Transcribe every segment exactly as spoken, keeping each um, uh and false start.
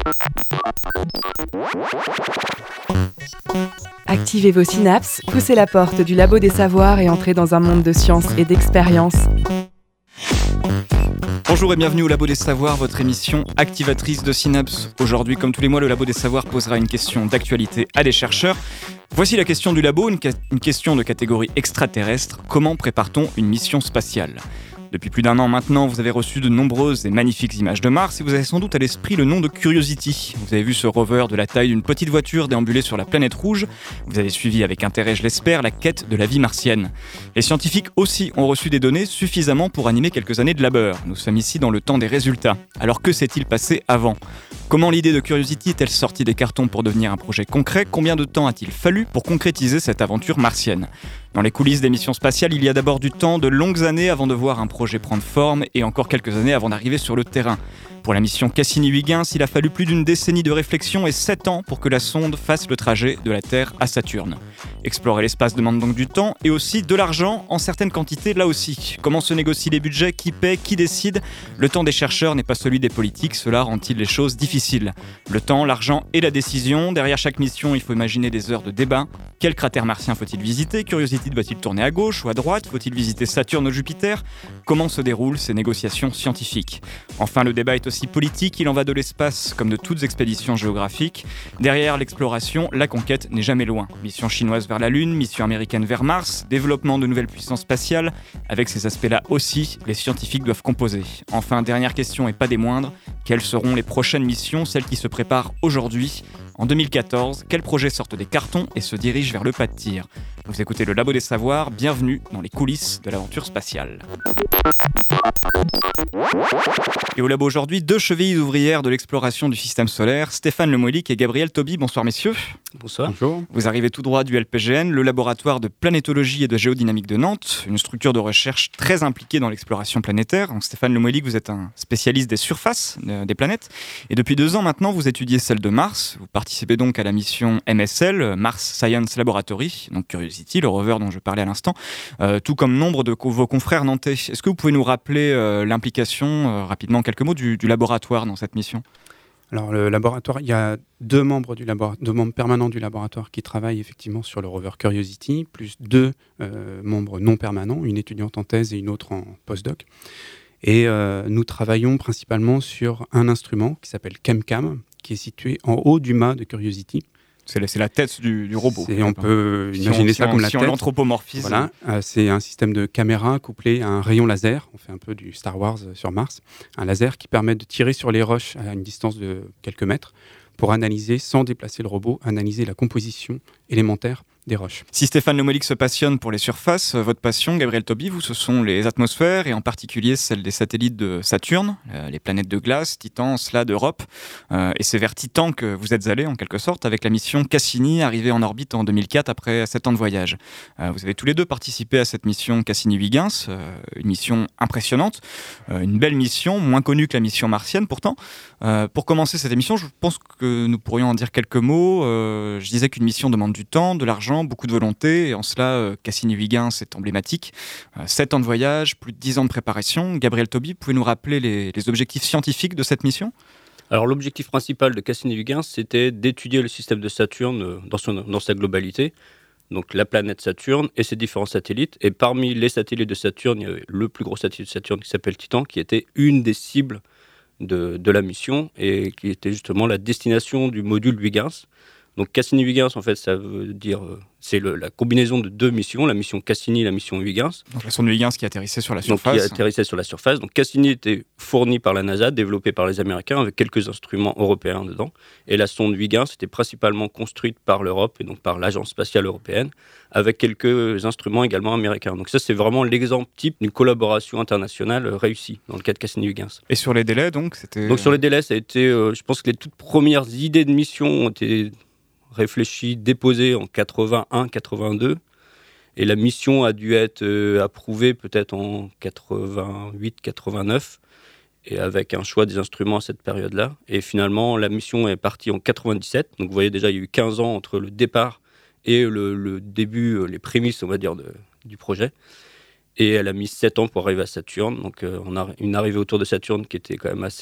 Activez vos synapses, poussez la porte du labo des savoirs et entrez dans un monde de science et d'expérience. Bonjour et bienvenue au Labo des Savoirs, votre émission activatrice de synapses. Aujourd'hui, comme tous les mois, le Labo des Savoirs posera une question d'actualité à des chercheurs. Voici la question du labo, une, ca- une question de catégorie extraterrestre. Comment prépare-t-on une mission spatiale ? Depuis plus d'un an maintenant, vous avez reçu de nombreuses et magnifiques images de Mars et vous avez sans doute à l'esprit le nom de Curiosity. Vous avez vu ce rover de la taille d'une petite voiture déambuler sur la planète rouge. Vous avez suivi avec intérêt, je l'espère, la quête de la vie martienne. Les scientifiques aussi ont reçu des données suffisamment pour animer quelques années de labeur. Nous sommes ici dans le temps des résultats. Alors que s'est-il passé avant ? Comment l'idée de Curiosity est-elle sortie des cartons pour devenir un projet concret ? Combien de temps a-t-il fallu pour concrétiser cette aventure martienne ? Dans les coulisses des missions spatiales, il y a d'abord du temps, de longues années avant de voir un projet prendre forme et encore quelques années avant d'arriver sur le terrain. Pour la mission Cassini-Huygens, il a fallu plus d'une décennie de réflexion et sept ans pour que la sonde fasse le trajet de la Terre à Saturne. Explorer l'espace demande donc du temps et aussi de l'argent en certaines quantités là aussi. Comment se négocient les budgets, qui paie, qui décide ? Le temps des chercheurs n'est pas celui des politiques, cela rend-il les choses difficiles. Le temps, l'argent et la décision, derrière chaque mission il faut imaginer des heures de débat. Quel cratère martien faut-il visiter ? Curiosity doit-il tourner à gauche ou à droite ? Faut-il visiter Saturne ou Jupiter ? Comment se déroulent ces négociations scientifiques ? Enfin, le débat est aussi politique, il en va de l'espace comme de toutes expéditions géographiques. Derrière l'exploration, la conquête n'est jamais loin. Mission chinoise vers la Lune, mission américaine vers Mars, développement de nouvelles puissances spatiales. Avec ces aspects-là aussi, les scientifiques doivent composer. Enfin, dernière question et pas des moindres, quelles seront les prochaines missions, celles qui se préparent aujourd'hui ? En deux mille quatorze, quels projets sortent des cartons et se dirigent vers le pas de tir ? Vous écoutez le Labo des Savoirs, bienvenue dans les coulisses de l'aventure spatiale. Et au labo aujourd'hui, deux chevilles ouvrières de l'exploration du système solaire, Stéphane Lemoylic et Gabriel Toby. Bonsoir messieurs. Bonsoir. Bonjour. Vous arrivez tout droit du L P G N, le laboratoire de planétologie et de géodynamique de Nantes, une structure de recherche très impliquée dans l'exploration planétaire. Donc Stéphane Lemoylic, vous êtes un spécialiste des surfaces euh, des planètes. Et depuis deux ans maintenant, vous étudiez celle de Mars. Vous participez donc à la mission M S L, Mars Science Laboratory, donc Curiosity, le rover dont je parlais à l'instant, euh, tout comme nombre de co- vos confrères nantais. Est-ce que vous pouvez nous rappeler euh, l'implication, euh, rapidement en quelques mots, du, du laboratoire dans cette mission ? Alors le laboratoire, il y a deux membres, du labora- deux membres permanents du laboratoire qui travaillent effectivement sur le rover Curiosity, plus deux euh, membres non permanents, une étudiante en thèse et une autre en postdoc. Et euh, nous travaillons principalement sur un instrument qui s'appelle ChemCam, qui est situé en haut du mât de Curiosity. C'est la, c'est la tête du, du robot. C'est, on peut Si imaginer on- ça si on- comme la si on tête. l'anthropomorphise. Voilà, euh, c'est un système de caméra couplé à un rayon laser. On fait un peu du Star Wars euh, sur Mars. Un laser qui permet de tirer sur les roches à une distance de quelques mètres pour analyser, sans déplacer le robot, analyser la composition élémentaire des roches. Si Stéphane Lemoylic se passionne pour les surfaces, votre passion, Gabriel Toby, vous, ce sont les atmosphères et en particulier celles des satellites de Saturne, euh, les planètes de glace, Titan, Slade, Europe. Euh, et c'est vers Titan que vous êtes allés en quelque sorte avec la mission Cassini, arrivée en orbite en deux mille quatre après sept ans de voyage. Euh, vous avez tous les deux participé à cette mission Cassini-Huygens, euh, une mission impressionnante, euh, une belle mission, moins connue que la mission martienne pourtant. Euh, pour commencer cette émission, je pense que nous pourrions en dire quelques mots. Euh, je disais qu'une mission demande du temps, de l'argent, beaucoup de volonté, et en cela, euh, Cassini-Huygens est emblématique. Euh, sept ans de voyage, plus de dix ans de préparation. Gabriel Toby, pouvez-vous nous rappeler les, les objectifs scientifiques de cette mission ? Alors l'objectif principal de Cassini-Huygens, c'était d'étudier le système de Saturne dans, son, dans sa globalité, donc la planète Saturne et ses différents satellites. Et parmi les satellites de Saturne, il y avait le plus gros satellite de Saturne qui s'appelle Titan, qui était une des cibles de, de la mission et qui était justement la destination du module Huygens. Donc Cassini-Huygens, en fait, ça veut dire, euh, c'est le, la combinaison de deux missions, la mission Cassini et la mission Huygens. Donc la sonde Huygens qui atterrissait sur la Donc, surface. qui atterrissait sur la surface. Donc Cassini était fourni par la NASA, développé par les Américains, avec quelques instruments européens dedans. Et la sonde Huygens était principalement construite par l'Europe et donc par l'Agence spatiale européenne, avec quelques instruments également américains. Donc ça, c'est vraiment l'exemple type d'une collaboration internationale réussie dans le cas de Cassini-Huygens. Et sur les délais, donc, c'était... Donc sur les délais, ça a été, euh, je pense que les toutes premières idées de mission ont été réfléchi, déposé en quatre-vingt-un quatre-vingt-deux, et la mission a dû être euh, approuvée peut-être en quatre-vingt-huit quatre-vingt-neuf, et avec un choix des instruments à cette période-là. Et finalement, la mission est partie en quatre-vingt-dix-sept, donc vous voyez déjà, il y a eu quinze ans entre le départ et le, le début, les prémices, on va dire, de, du projet. Et elle a mis sept ans pour arriver à Saturne, donc euh, on a une arrivée autour de Saturne qui était quand même assez euh,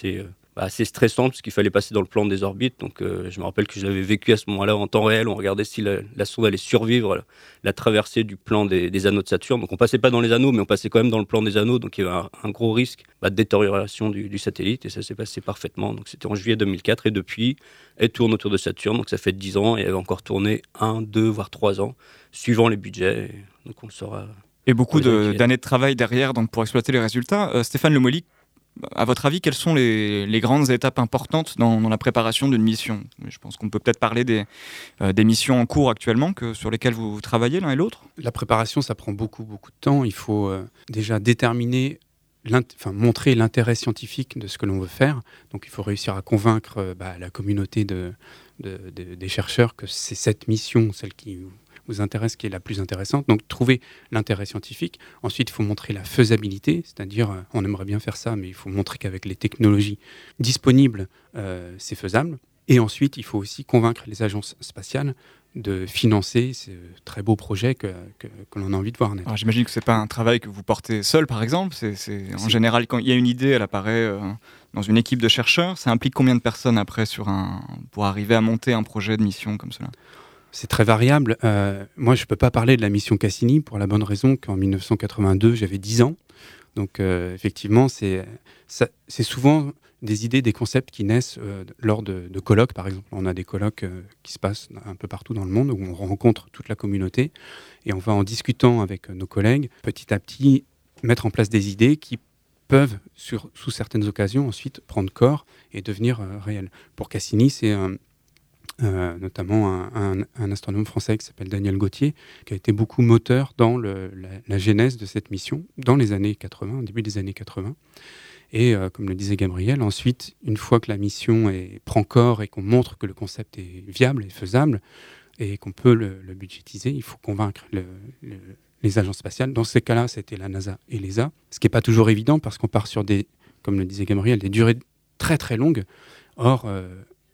bah, assez stressante parce qu'il fallait passer dans le plan des orbites. Donc euh, je me rappelle que je l'avais vécu à ce moment-là en temps réel. On regardait si la, la sonde allait survivre la, la traversée du plan des, des anneaux de Saturne. Donc on passait pas dans les anneaux, mais on passait quand même dans le plan des anneaux. Donc il y avait un, un gros risque bah, de détérioration du, du satellite et ça s'est passé parfaitement. Donc c'était en juillet deux mille quatre et depuis, elle tourne autour de Saturne. Donc ça fait dix ans et elle va encore tourner un, deux, voire trois ans, suivant les budgets. Et donc on le saura. Et beaucoup de, d'années de travail derrière donc pour exploiter les résultats. Euh, Stéphane Lemolli, à votre avis, quelles sont les, les grandes étapes importantes dans, dans la préparation d'une mission ? Je pense qu'on peut peut-être parler des, euh, des missions en cours actuellement que, sur lesquelles vous travaillez l'un et l'autre. La préparation, ça prend beaucoup, beaucoup de temps. Il faut euh, déjà déterminer, enfin, montrer l'intérêt scientifique de ce que l'on veut faire. Donc il faut réussir à convaincre euh, bah, la communauté de, de, de, des chercheurs que c'est cette mission, celle qui vous intéresse, qui est la plus intéressante. Donc trouver l'intérêt scientifique. Ensuite, il faut montrer la faisabilité, c'est-à-dire euh, on aimerait bien faire ça, mais il faut montrer qu'avec les technologies disponibles, euh, c'est faisable. Et ensuite, il faut aussi convaincre les agences spatiales de financer ce très beau projet que, que, que l'on a envie de voir naître. Alors, j'imagine que ce n'est pas un travail que vous portez seul, par exemple. C'est, c'est, en général, quand il y a une idée, elle apparaît euh, dans une équipe de chercheurs. Ça implique combien de personnes après sur un, pour arriver à monter un projet de mission comme cela ? C'est très variable. Euh, moi, je ne peux pas parler de la mission Cassini pour la bonne raison qu'en dix-neuf cent quatre-vingt-deux, j'avais dix ans. Donc, euh, effectivement, c'est, ça, c'est souvent des idées, des concepts qui naissent euh, lors de, de colloques, par exemple. On a des colloques euh, qui se passent un peu partout dans le monde où on rencontre toute la communauté et on va, en discutant avec nos collègues, petit à petit mettre en place des idées qui peuvent, sur, sous certaines occasions, ensuite prendre corps et devenir euh, réelles. Pour Cassini, c'est un... Euh, notamment un, un, un astronome français qui s'appelle Daniel Gauthier, qui a été beaucoup moteur dans le, la, la genèse de cette mission, dans les années quatre-vingts, au début des années quatre-vingts. Et euh, comme le disait Gabriel, ensuite, une fois que la mission est, prend corps et qu'on montre que le concept est viable et faisable, et qu'on peut le, le budgétiser, il faut convaincre le, le, les agences spatiales. Dans ces cas-là, c'était la NASA et l'E S A, ce qui n'est pas toujours évident, parce qu'on part sur des, comme le disait Gabriel, des durées très très longues. Or, euh,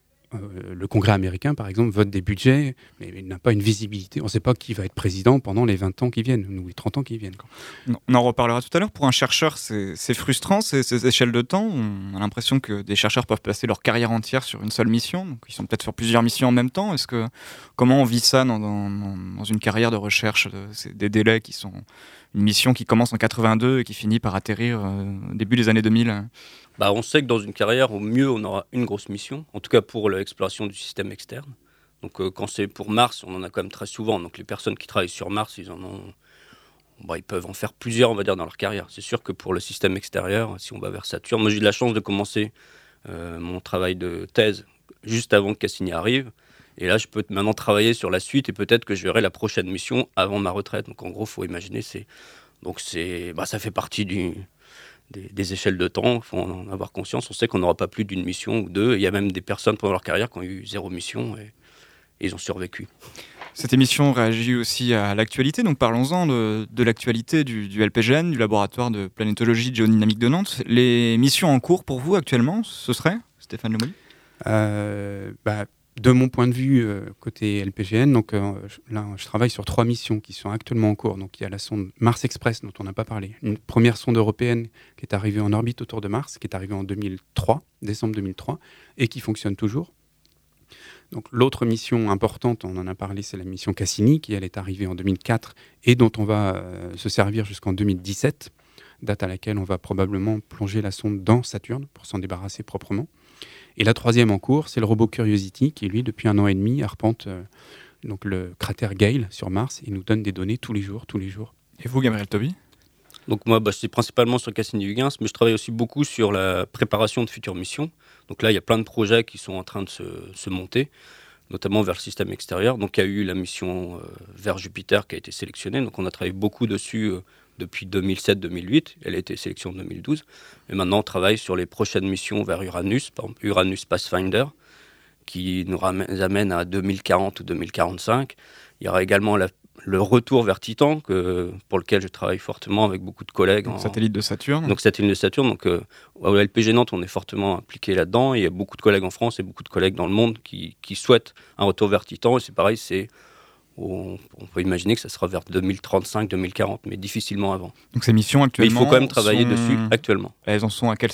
Euh, le Congrès américain, par exemple, vote des budgets, mais il n'a pas une visibilité. On ne sait pas qui va être président pendant les vingt ans qui viennent, ou les trente ans qui viennent. On en reparlera tout à l'heure. Pour un chercheur, c'est, c'est frustrant, ces, ces échelles de temps. On a l'impression que des chercheurs peuvent passer leur carrière entière sur une seule mission. Donc, ils sont peut-être sur plusieurs missions en même temps. Est-ce que, comment on vit ça dans, dans, dans une carrière de recherche ? C'est des délais qui sont... Une mission qui commence en quatre-vingt-deux et qui finit par atterrir euh, au début des années deux mille. Bah, on sait que dans une carrière, au mieux, on aura une grosse mission, en tout cas pour l'exploration du système externe. Donc euh, quand c'est pour Mars, on en a quand même très souvent. Donc les personnes qui travaillent sur Mars, ils, en ont, bah, ils peuvent en faire plusieurs, on va dire, dans leur carrière. C'est sûr que pour le système extérieur, si on va vers Saturne, moi j'ai eu de la chance de commencer euh, mon travail de thèse juste avant que Cassini arrive. Et là, je peux maintenant travailler sur la suite et peut-être que je verrai la prochaine mission avant ma retraite. Donc en gros, il faut imaginer, c'est... Donc c'est... Bah, ça fait partie du... Des, des échelles de temps, il faut en avoir conscience. On sait qu'on n'aura pas plus d'une mission ou deux. Il y a même des personnes pendant leur carrière qui ont eu zéro mission et, et ils ont survécu. Cette émission réagit aussi à l'actualité, donc parlons-en de, de l'actualité du, du L P G N, du laboratoire de planétologie de géodynamique de Nantes. Les missions en cours pour vous actuellement, ce serait, Stéphane Lemolli ? euh, bah, De mon point de vue, euh, côté L P G N, donc, euh, je, là, je travaille sur trois missions qui sont actuellement en cours. Donc, il y a la sonde Mars Express, dont on n'a pas parlé. Une première sonde européenne qui est arrivée en orbite autour de Mars, qui est arrivée en deux mille trois, décembre deux mille trois, et qui fonctionne toujours. Donc, l'autre mission importante, on en a parlé, c'est la mission Cassini, qui elle est arrivée en deux mille quatre et dont on va euh, se servir jusqu'en deux mille dix-sept, date à laquelle on va probablement plonger la sonde dans Saturne pour s'en débarrasser proprement. Et la troisième en cours, c'est le robot Curiosity qui, lui, depuis un an et demi, arpente euh, donc le cratère Gale sur Mars et nous donne des données tous les jours, tous les jours. Et vous, Gabriel Toby ? Donc moi, bah, c'est principalement sur Cassini-Huygens, mais je travaille aussi beaucoup sur la préparation de futures missions. Donc là, il y a plein de projets qui sont en train de se, se monter, notamment vers le système extérieur. Donc il y a eu la mission euh, vers Jupiter qui a été sélectionnée. Donc on a travaillé beaucoup dessus euh, depuis deux mille sept deux mille huit. Elle a été sélectionnée en deux mille douze. Et maintenant, on travaille sur les prochaines missions vers Uranus, par exemple Uranus Pathfinder, qui nous ramène, amène à deux mille quarante ou deux mille quarante-cinq. Il y aura également la le retour vers Titan, que, pour lequel je travaille fortement avec beaucoup de collègues. Donc, en, satellite de Saturne. Donc satellite de Saturne. Donc euh, au L P G Nantes, on est fortement impliqué là-dedans. Et il y a beaucoup de collègues en France et beaucoup de collègues dans le monde qui, qui souhaitent un retour vers Titan. Et c'est pareil, c'est, on, on peut imaginer que ça sera vers deux mille trente-cinq deux mille quarante, mais difficilement avant. Donc ces missions actuellement. Mais il faut quand même travailler sont... dessus actuellement. Elles en sont à quel stade ?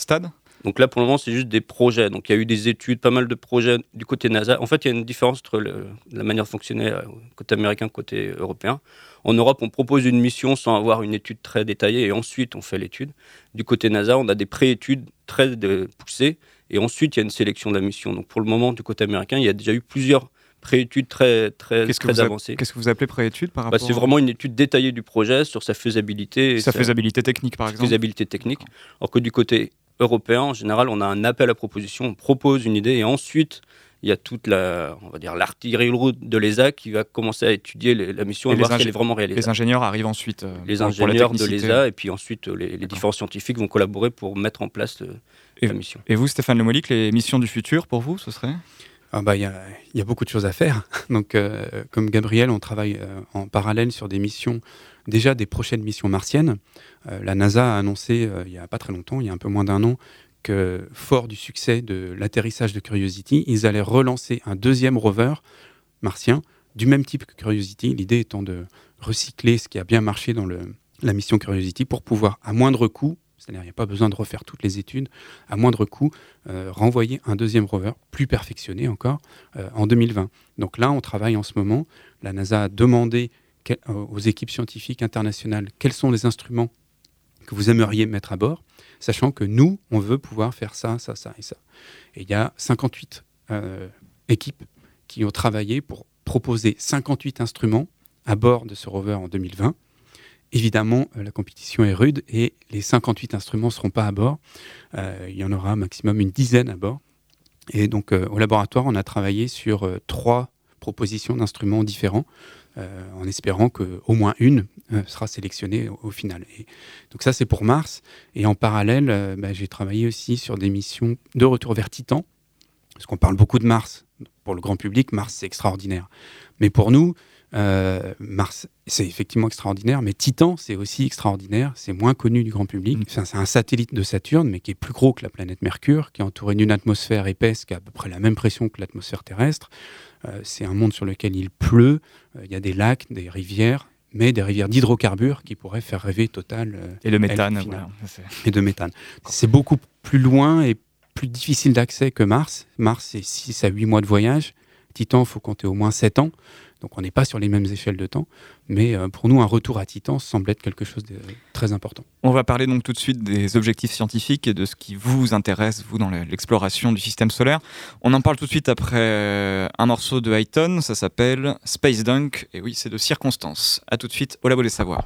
Donc là, pour le moment, c'est juste des projets. Donc il y a eu des études, pas mal de projets du côté NASA. En fait, il y a une différence entre le, la manière de fonctionner euh, côté américain, côté européen. En Europe, on propose une mission sans avoir une étude très détaillée et ensuite on fait l'étude. Du côté NASA, on a des pré-études très de, poussées et ensuite il y a une sélection de la mission. Donc pour le moment, du côté américain, il y a déjà eu plusieurs pré-études très, très, qu'est-ce très avancées. A... Qu'est-ce que vous appelez pré-étude par rapport bah, C'est vraiment une étude détaillée du projet sur sa faisabilité. Sa sa faisabilité technique, par exemple. Faisabilité technique. Alors que du côté européen, en général, on a un appel à proposition, on propose une idée et ensuite il y a toute la, on va dire, l'artillerie lourde de l'E S A qui va commencer à étudier les, la mission et, et voir ingé- si elle est vraiment réalisable. Les ingénieurs arrivent ensuite. Euh, les pour, ingénieurs pour de l'E S A et puis ensuite les, les différents scientifiques vont collaborer pour mettre en place le, et, la mission. Et vous, Stéphane Lemolic, les missions du futur pour vous, ce serait ? Ah bah, y a, y a beaucoup de choses à faire. Donc, euh, comme Gabriel, on travaille euh, en parallèle sur des missions, déjà des prochaines missions martiennes. Euh, la NASA a annoncé, euh, il n'y a pas très longtemps, il y a un peu moins d'un an, que, fort du succès de l'atterrissage de Curiosity, ils allaient relancer un deuxième rover martien, du même type que Curiosity, l'idée étant de recycler ce qui a bien marché dans le, la mission Curiosity pour pouvoir, à moindre coût, c'est-à-dire il n'y a pas besoin de refaire toutes les études, à moindre coût, euh, renvoyer un deuxième rover, plus perfectionné encore, euh, en deux mille vingt. Donc là, on travaille en ce moment. La NASA a demandé que, euh, aux équipes scientifiques internationales quels sont les instruments que vous aimeriez mettre à bord, sachant que nous, on veut pouvoir faire ça, ça, ça et ça. Et il y a cinquante-huit euh, équipes qui ont travaillé pour proposer cinquante-huit instruments à bord de ce rover en deux mille vingt. Évidemment, euh, la compétition est rude et les cinquante-huit instruments ne seront pas à bord. Euh, il y en aura maximum une dizaine à bord. Et donc, euh, au laboratoire, on a travaillé sur euh, trois propositions d'instruments différents, euh, en espérant qu'au moins une euh, sera sélectionnée au, au final. Et donc ça, c'est pour Mars. Et en parallèle, euh, bah, j'ai travaillé aussi sur des missions de retour vers Titan, parce qu'on parle beaucoup de Mars. Pour le grand public, Mars, c'est extraordinaire. Mais pour nous, euh, Mars, c'est effectivement extraordinaire, mais Titan, c'est aussi extraordinaire. C'est moins connu du grand public. Enfin, c'est un satellite de Saturne, mais qui est plus gros que la planète Mercure, qui est entouré d'une atmosphère épaisse qui a à peu près la même pression que l'atmosphère terrestre. Euh, c'est un monde sur lequel il pleut. Il euh, y a des lacs, des rivières, mais des rivières d'hydrocarbures qui pourraient faire rêver Total. Euh, et le méthane. Elle, voilà, et de méthane. C'est beaucoup plus loin et plus difficile d'accès que Mars. Mars, c'est six à huit mois de voyage. Titan, il faut compter au moins sept ans. Donc on n'est pas sur les mêmes échelles de temps. Mais euh, pour nous, un retour à Titan semble être quelque chose de très important. On va parler donc tout de suite des objectifs scientifiques et de ce qui vous intéresse, vous, dans l'exploration du système solaire. On en parle tout de suite après un morceau de Highton. Ça s'appelle Space Dunk. Et oui, c'est de circonstance. À tout de suite au Labo des Savoirs.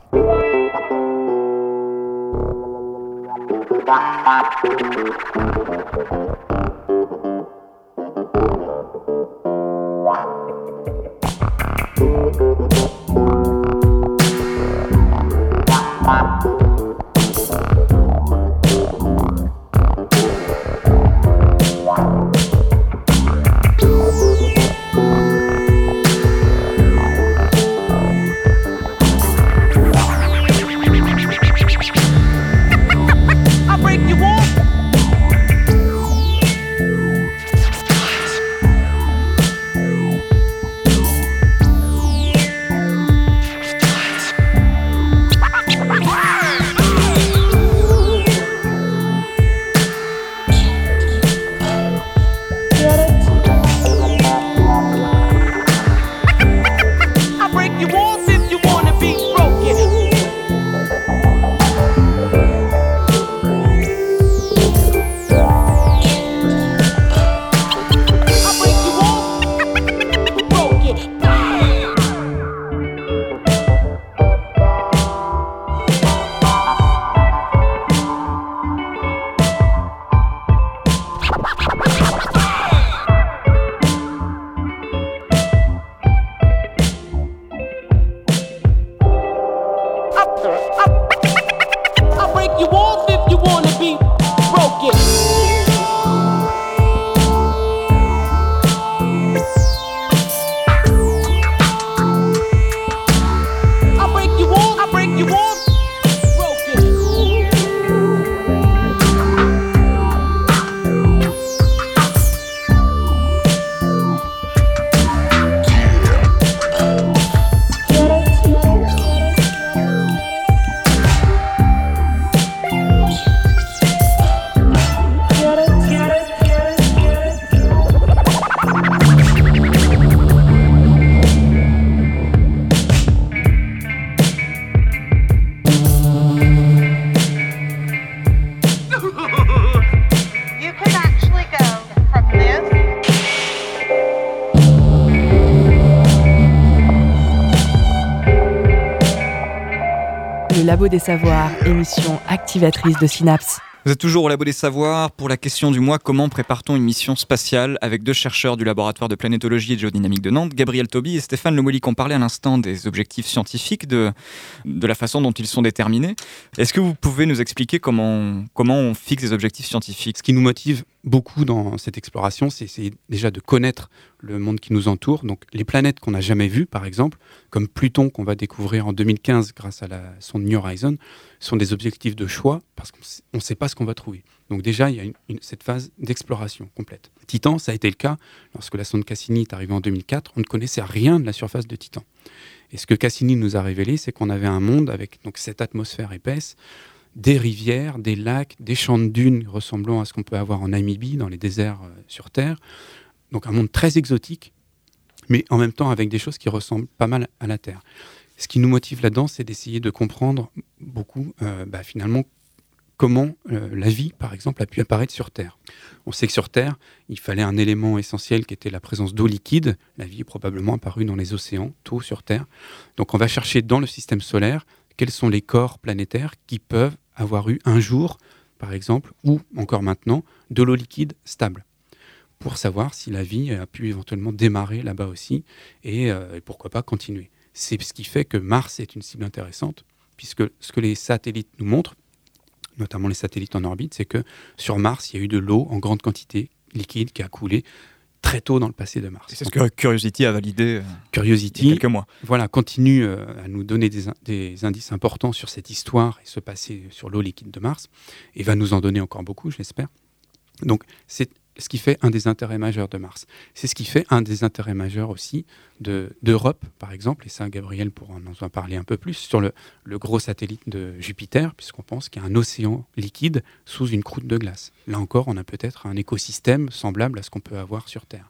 Labo des Savoirs, émission activatrice de Synapse. Vous êtes toujours au Labo des Savoirs pour la question du mois: comment prépare-t-on une mission spatiale, avec deux chercheurs du laboratoire de planétologie et de géodynamique de Nantes, Gabriel Tauby et Stéphane Lemolic. On parlait à l'instant des objectifs scientifiques, de, de la façon dont ils sont déterminés. Est-ce que vous pouvez nous expliquer comment, comment on fixe des objectifs scientifiques ? Ce qui nous motive beaucoup dans cette exploration, c'est, c'est déjà de connaître le monde qui nous entoure. Donc les planètes qu'on n'a jamais vues, par exemple, comme Pluton qu'on va découvrir en deux mille quinze grâce à la sonde New Horizons, sont des objectifs de choix parce qu'on ne sait pas ce qu'on va trouver. Donc déjà, il y a une, une, cette phase d'exploration complète. Titan, ça a été le cas lorsque la sonde Cassini est arrivée en deux mille quatre. On ne connaissait rien de la surface de Titan. Et ce que Cassini nous a révélé, c'est qu'on avait un monde avec donc, cette atmosphère épaisse, des rivières, des lacs, des champs de dunes ressemblant à ce qu'on peut avoir en Namibie, dans les déserts euh, sur Terre. Donc un monde très exotique, mais en même temps avec des choses qui ressemblent pas mal à la Terre. Ce qui nous motive là-dedans, c'est d'essayer de comprendre beaucoup, euh, bah, finalement, comment euh, la vie, par exemple, a pu apparaître sur Terre. On sait que sur Terre, il fallait un élément essentiel qui était la présence d'eau liquide. La vie est probablement apparue dans les océans, tôt sur Terre. Donc on va chercher dans le système solaire quels sont les corps planétaires qui peuvent avoir eu un jour, par exemple, ou encore maintenant, de l'eau liquide stable, pour savoir si la vie a pu éventuellement démarrer là-bas aussi, et, euh, et pourquoi pas continuer. C'est ce qui fait que Mars est une cible intéressante, puisque ce que les satellites nous montrent, notamment les satellites en orbite, c'est que sur Mars, il y a eu de l'eau en grande quantité liquide qui a coulé très tôt dans le passé de Mars. C'est ce que Curiosity a validé euh, Curiosity, il y a quelques mois. Voilà, continue euh, à nous donner des, in- des indices importants sur cette histoire et ce passé sur l'eau liquide de Mars, et va nous en donner encore beaucoup, je l'espère. Donc, c'est ce qui fait un des intérêts majeurs de Mars. C'est ce qui fait un des intérêts majeurs aussi de, d'Europe, par exemple, et ça, Gabriel pourra nous en parler un peu plus, sur le, le gros satellite de Jupiter, puisqu'on pense qu'il y a un océan liquide sous une croûte de glace. Là encore, on a peut-être un écosystème semblable à ce qu'on peut avoir sur Terre.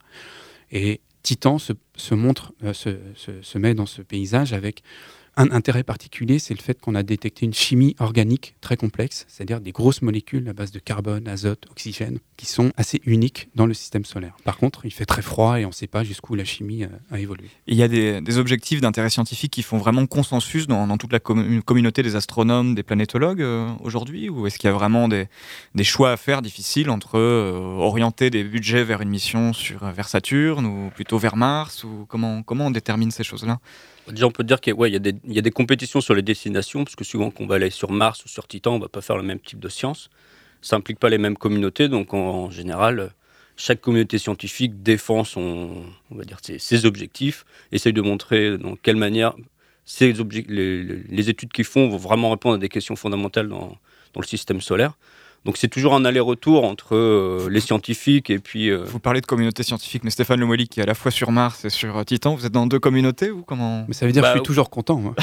Et Titan se, se montre, euh, se, se, se met dans ce paysage avec un intérêt particulier, c'est le fait qu'on a détecté une chimie organique très complexe, c'est-à-dire des grosses molécules à base de carbone, azote, oxygène, qui sont assez uniques dans le système solaire. Par contre, il fait très froid et on ne sait pas jusqu'où la chimie a, a évolué. Il y a des, des objectifs d'intérêt scientifique qui font vraiment consensus dans, dans toute la com- communauté des astronomes, des planétologues euh, aujourd'hui, ou est-ce qu'il y a vraiment des, des choix à faire difficiles entre euh, orienter des budgets vers une mission sur, vers Saturne ou plutôt vers Mars, ou comment, comment on détermine ces choses-là ? Déjà, on peut dire qu'il y a, ouais, il y a des, il y a des compétitions sur les destinations, parce que souvent, qu'on va aller sur Mars ou sur Titan, on ne va pas faire le même type de science. Ça n'implique pas les mêmes communautés, donc en, en général, chaque communauté scientifique défend son, on va dire, ses, ses objectifs, essaye de montrer dans quelle manière ces obje- les, les, les études qu'ils font vont vraiment répondre à des questions fondamentales dans, dans le système solaire. Donc c'est toujours un aller-retour entre euh, les scientifiques et puis... Euh... Vous parlez de communauté scientifique, mais Stéphane Lemolic qui est à la fois sur Mars et sur Titan, vous êtes dans deux communautés ou comment ? Mais ça veut dire Bah, que je suis toujours content, moi.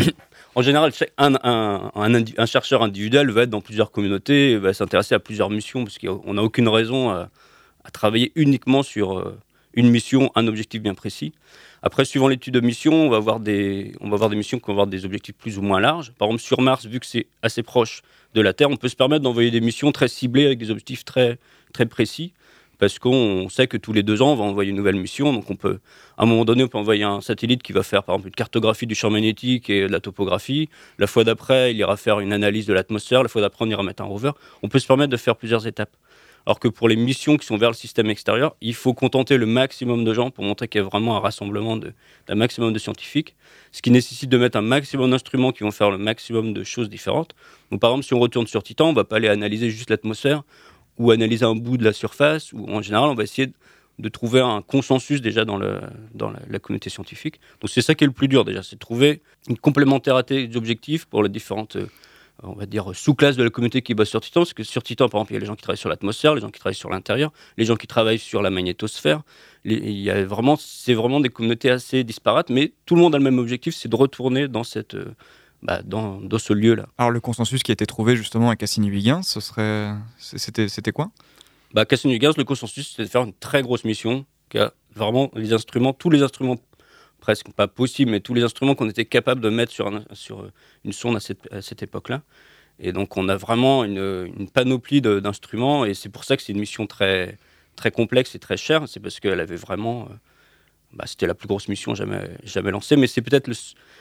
En général, un, un, un, indi- un chercheur individuel va être dans plusieurs communautés, va s'intéresser à plusieurs missions, parce qu'on n'a aucune raison à, à travailler uniquement sur euh, une mission, un objectif bien précis. Après, suivant l'étude de mission, on va avoir des, on va avoir des missions qui vont avoir des objectifs plus ou moins larges. Par exemple, sur Mars, vu que c'est assez proche de la Terre, on peut se permettre d'envoyer des missions très ciblées avec des objectifs très, très précis, parce qu'on sait que tous les deux ans, on va envoyer une nouvelle mission. Donc, on peut, à un moment donné, on peut envoyer un satellite qui va faire, par exemple, une cartographie du champ magnétique et de la topographie. La fois d'après, il ira faire une analyse de l'atmosphère. La fois d'après, on ira mettre un rover. On peut se permettre de faire plusieurs étapes. Alors que pour les missions qui sont vers le système extérieur, il faut contenter le maximum de gens pour montrer qu'il y a vraiment un rassemblement de, d'un maximum de scientifiques, ce qui nécessite de mettre un maximum d'instruments qui vont faire le maximum de choses différentes. Donc, par exemple, si on retourne sur Titan, on ne va pas aller analyser juste l'atmosphère ou analyser un bout de la surface, ou en général, on va essayer de, de trouver un consensus déjà dans, le, dans la, la communauté scientifique. Donc, c'est ça qui est le plus dur déjà, c'est de trouver une complémentarité d'objectifs pour les différentes... Euh, on va dire, sous-classe de la communauté qui bosse sur Titan, parce que sur Titan, par exemple, il y a les gens qui travaillent sur l'atmosphère, les gens qui travaillent sur l'intérieur, les gens qui travaillent sur la magnétosphère. Les, il y a vraiment, c'est vraiment des communautés assez disparates, mais tout le monde a le même objectif, c'est de retourner dans, cette, bah, dans, dans ce lieu-là. Alors, le consensus qui a été trouvé justement à Cassini-Huygens, ce serait... c'était, c'était quoi ? bah, Cassini-Huygens, le consensus, c'était de faire une très grosse mission, qui a vraiment les instruments, tous les instruments presque pas possible, mais tous les instruments qu'on était capable de mettre sur, un, sur une sonde à cette, à cette époque-là. Et donc, on a vraiment une, une panoplie de, d'instruments, et c'est pour ça que c'est une mission très, très complexe et très chère. C'est parce qu'elle avait vraiment... Euh, bah, c'était la plus grosse mission jamais, jamais lancée, mais c'est peut-être le,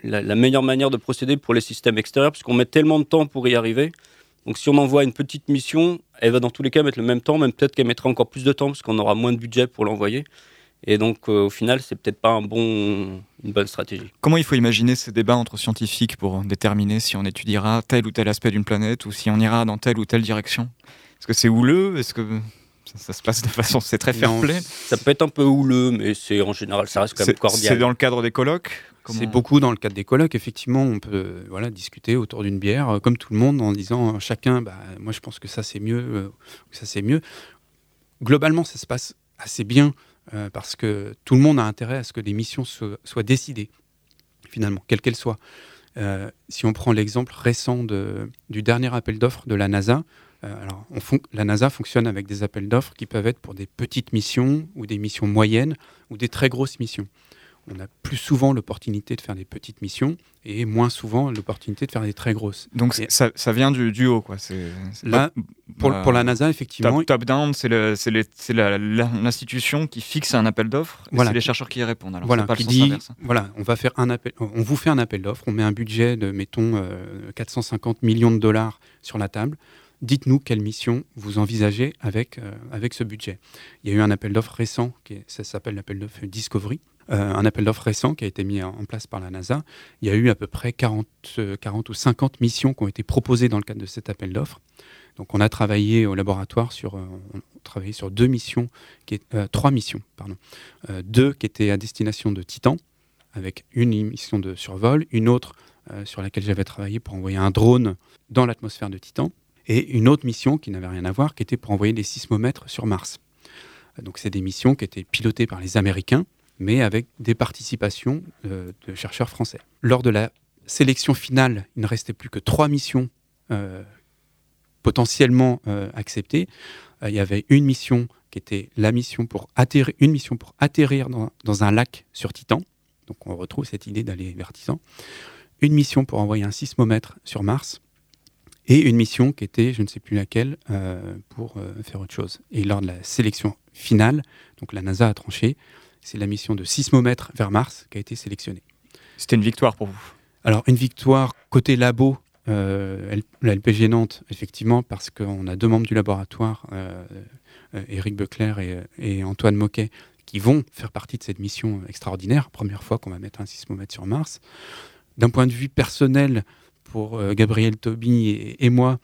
la, la meilleure manière de procéder pour les systèmes extérieurs, puisqu'on met tellement de temps pour y arriver. Donc si on envoie une petite mission, elle va dans tous les cas mettre le même temps, même peut-être qu'elle mettra encore plus de temps, parce qu'on aura moins de budget pour l'envoyer. Et donc euh, au final, c'est peut-être pas un bon, une bonne stratégie. Comment il faut imaginer ces débats entre scientifiques pour déterminer si on étudiera tel ou tel aspect d'une planète, ou si on ira dans telle ou telle direction ? Est-ce que c'est houleux ? Est-ce que ça, ça se passe de façon... C'est très fair-play ? Ça peut être un peu houleux, mais c'est, en général, ça reste quand même c'est, cordial. C'est dans le cadre des colloques ? Comment... C'est beaucoup dans le cadre des colloques. Effectivement, on peut voilà, discuter autour d'une bière, euh, comme tout le monde, en disant euh, chacun, bah, moi je pense que ça c'est mieux, euh, ça c'est mieux. Globalement, ça se passe assez bien euh, parce que tout le monde a intérêt à ce que les missions so- soient décidées, finalement, quelles qu'elles soient. Euh, si on prend l'exemple récent de, du dernier appel d'offres de la NASA, euh, alors on fon- la NASA fonctionne avec des appels d'offres qui peuvent être pour des petites missions ou des missions moyennes ou des très grosses missions. On a plus souvent l'opportunité de faire des petites missions et moins souvent l'opportunité de faire des très grosses. Donc et ça, ça vient du, du haut, quoi. C'est, c'est là, pas, pour, bah, pour la NASA, effectivement... Top, top-down, c'est, le, c'est, les, c'est la, la, l'institution qui fixe un appel d'offres et voilà, c'est les chercheurs qui y répondent. Alors voilà, c'est pas le qui sens dit, inverse. voilà, on, va faire un appel, on vous fait un appel d'offres, on met un budget de, mettons, euh, quatre cent cinquante millions de dollars sur la table. Dites-nous quelle mission vous envisagez avec, euh, avec ce budget. Il y a eu un appel d'offres récent, qui est, ça s'appelle l'appel d'offres Discovery, euh, un appel d'offres récent qui a été mis en, en place par la NASA. Il y a eu à peu près quarante, quarante ou cinquante missions qui ont été proposées dans le cadre de cet appel d'offres. Donc on a travaillé au laboratoire sur, euh, on a travaillé sur deux missions, qui est, euh, trois missions, pardon, euh, deux qui étaient à destination de Titan, avec une mission de survol, une autre euh, sur laquelle j'avais travaillé pour envoyer un drone dans l'atmosphère de Titan, et une autre mission qui n'avait rien à voir, qui était pour envoyer des sismomètres sur Mars. Donc c'est des missions qui étaient pilotées par les Américains, mais avec des participations euh, de chercheurs français. Lors de la sélection finale, il ne restait plus que trois missions euh, potentiellement euh, acceptées. Euh, il y avait une mission qui était la mission pour atterrir, une mission pour atterrir dans, dans un lac sur Titan. Donc on retrouve cette idée d'aller vers Titan. Une mission pour envoyer un sismomètre sur Mars. Et une mission qui était, je ne sais plus laquelle, euh, pour euh, faire autre chose. Et lors de la sélection finale, donc la NASA a tranché, c'est la mission de sismomètre vers Mars qui a été sélectionnée. C'était une victoire pour vous ? Alors, une victoire côté labo, euh, la L P G Nantes, effectivement, parce qu'on a deux membres du laboratoire, euh, euh, Éric Becler et, et Antoine Moquet, qui vont faire partie de cette mission extraordinaire. Première fois qu'on va mettre un sismomètre sur Mars. D'un point de vue personnel, pour euh, Gabriel Toby et, et moi,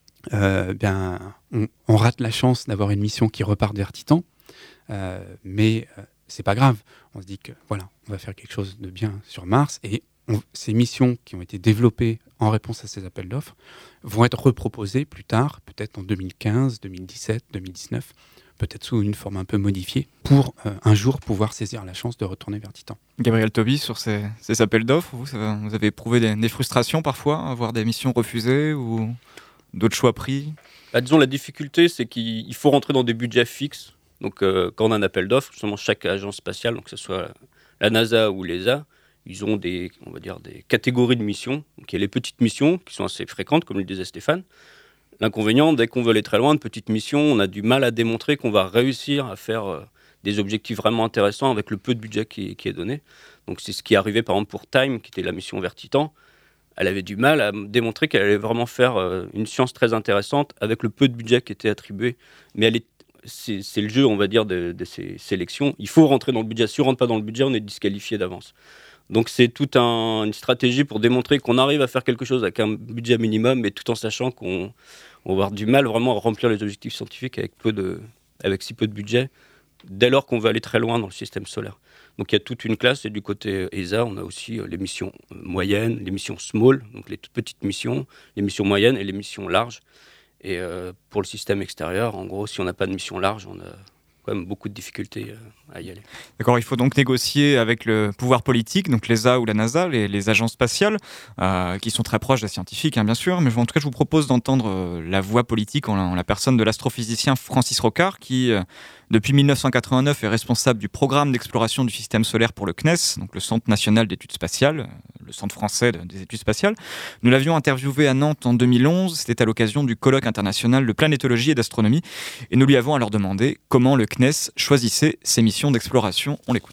euh, bien, on, on rate la chance d'avoir une mission qui repart vers Titan, euh, mais euh, c'est pas grave. On se dit que voilà, on va faire quelque chose de bien sur Mars, et on, ces missions qui ont été développées en réponse à ces appels d'offres vont être reproposées plus tard, peut-être en deux mille quinze, deux mille dix-sept, deux mille dix-neuf, peut-être sous une forme un peu modifiée, pour euh, un jour pouvoir saisir la chance de retourner vers Titan. Gabriel Toby, sur ces, ces appels d'offres, vous, ça, vous avez éprouvé des, des frustrations parfois, à avoir des missions refusées ou d'autres choix pris ? Bah, disons, la difficulté, c'est qu'il faut rentrer dans des budgets fixes. Donc, euh, quand on a un appel d'offres, justement, chaque agence spatiale, donc que ce soit la NASA ou l'E S A, ils ont des, on va dire, des catégories de missions. Donc, il y a les petites missions qui sont assez fréquentes, comme le disait Stéphane. L'inconvénient, dès qu'on veut aller très loin, de petites missions, on a du mal à démontrer qu'on va réussir à faire euh, des objectifs vraiment intéressants avec le peu de budget qui, qui est donné. Donc c'est ce qui est arrivé par exemple pour Time, qui était la mission vers Titan. Elle avait du mal à démontrer qu'elle allait vraiment faire euh, une science très intéressante avec le peu de budget qui était attribué. Mais elle est, c'est, c'est le jeu, on va dire, de, de ces sélections. Il faut rentrer dans le budget. Si on ne rentre pas dans le budget, on est disqualifié d'avance. Donc c'est toute un, une stratégie pour démontrer qu'on arrive à faire quelque chose avec un budget minimum, mais tout en sachant qu'on on va avoir du mal vraiment à remplir les objectifs scientifiques avec, peu de, avec si peu de budget, dès lors qu'on veut aller très loin dans le système solaire. Donc il y a toute une classe, et du côté E S A, on a aussi les missions moyennes, les missions small, donc les toutes petites missions, les missions moyennes et les missions larges. Et euh, pour le système extérieur, en gros, si on n'a pas de mission large, on a quand même beaucoup de difficultés à y aller. D'accord, il faut donc négocier avec le pouvoir politique, donc l'E S A ou la NASA, les, les agences spatiales, euh, qui sont très proches des scientifiques, hein, bien sûr, mais en tout cas, je vous propose d'entendre euh, la voix politique en la, en la personne de l'astrophysicien Francis Rocard, qui, euh, depuis dix-neuf cent quatre-vingt-neuf, est responsable du programme d'exploration du système solaire pour le C N E S, donc le Centre national d'études spatiales, le Centre français des études spatiales. Nous l'avions interviewé à Nantes en deux mille onze, c'était à l'occasion du colloque international de planétologie et d'astronomie, et nous lui avons alors demandé comment le C N E S choisissait ses missions d'exploration. On l'écoute.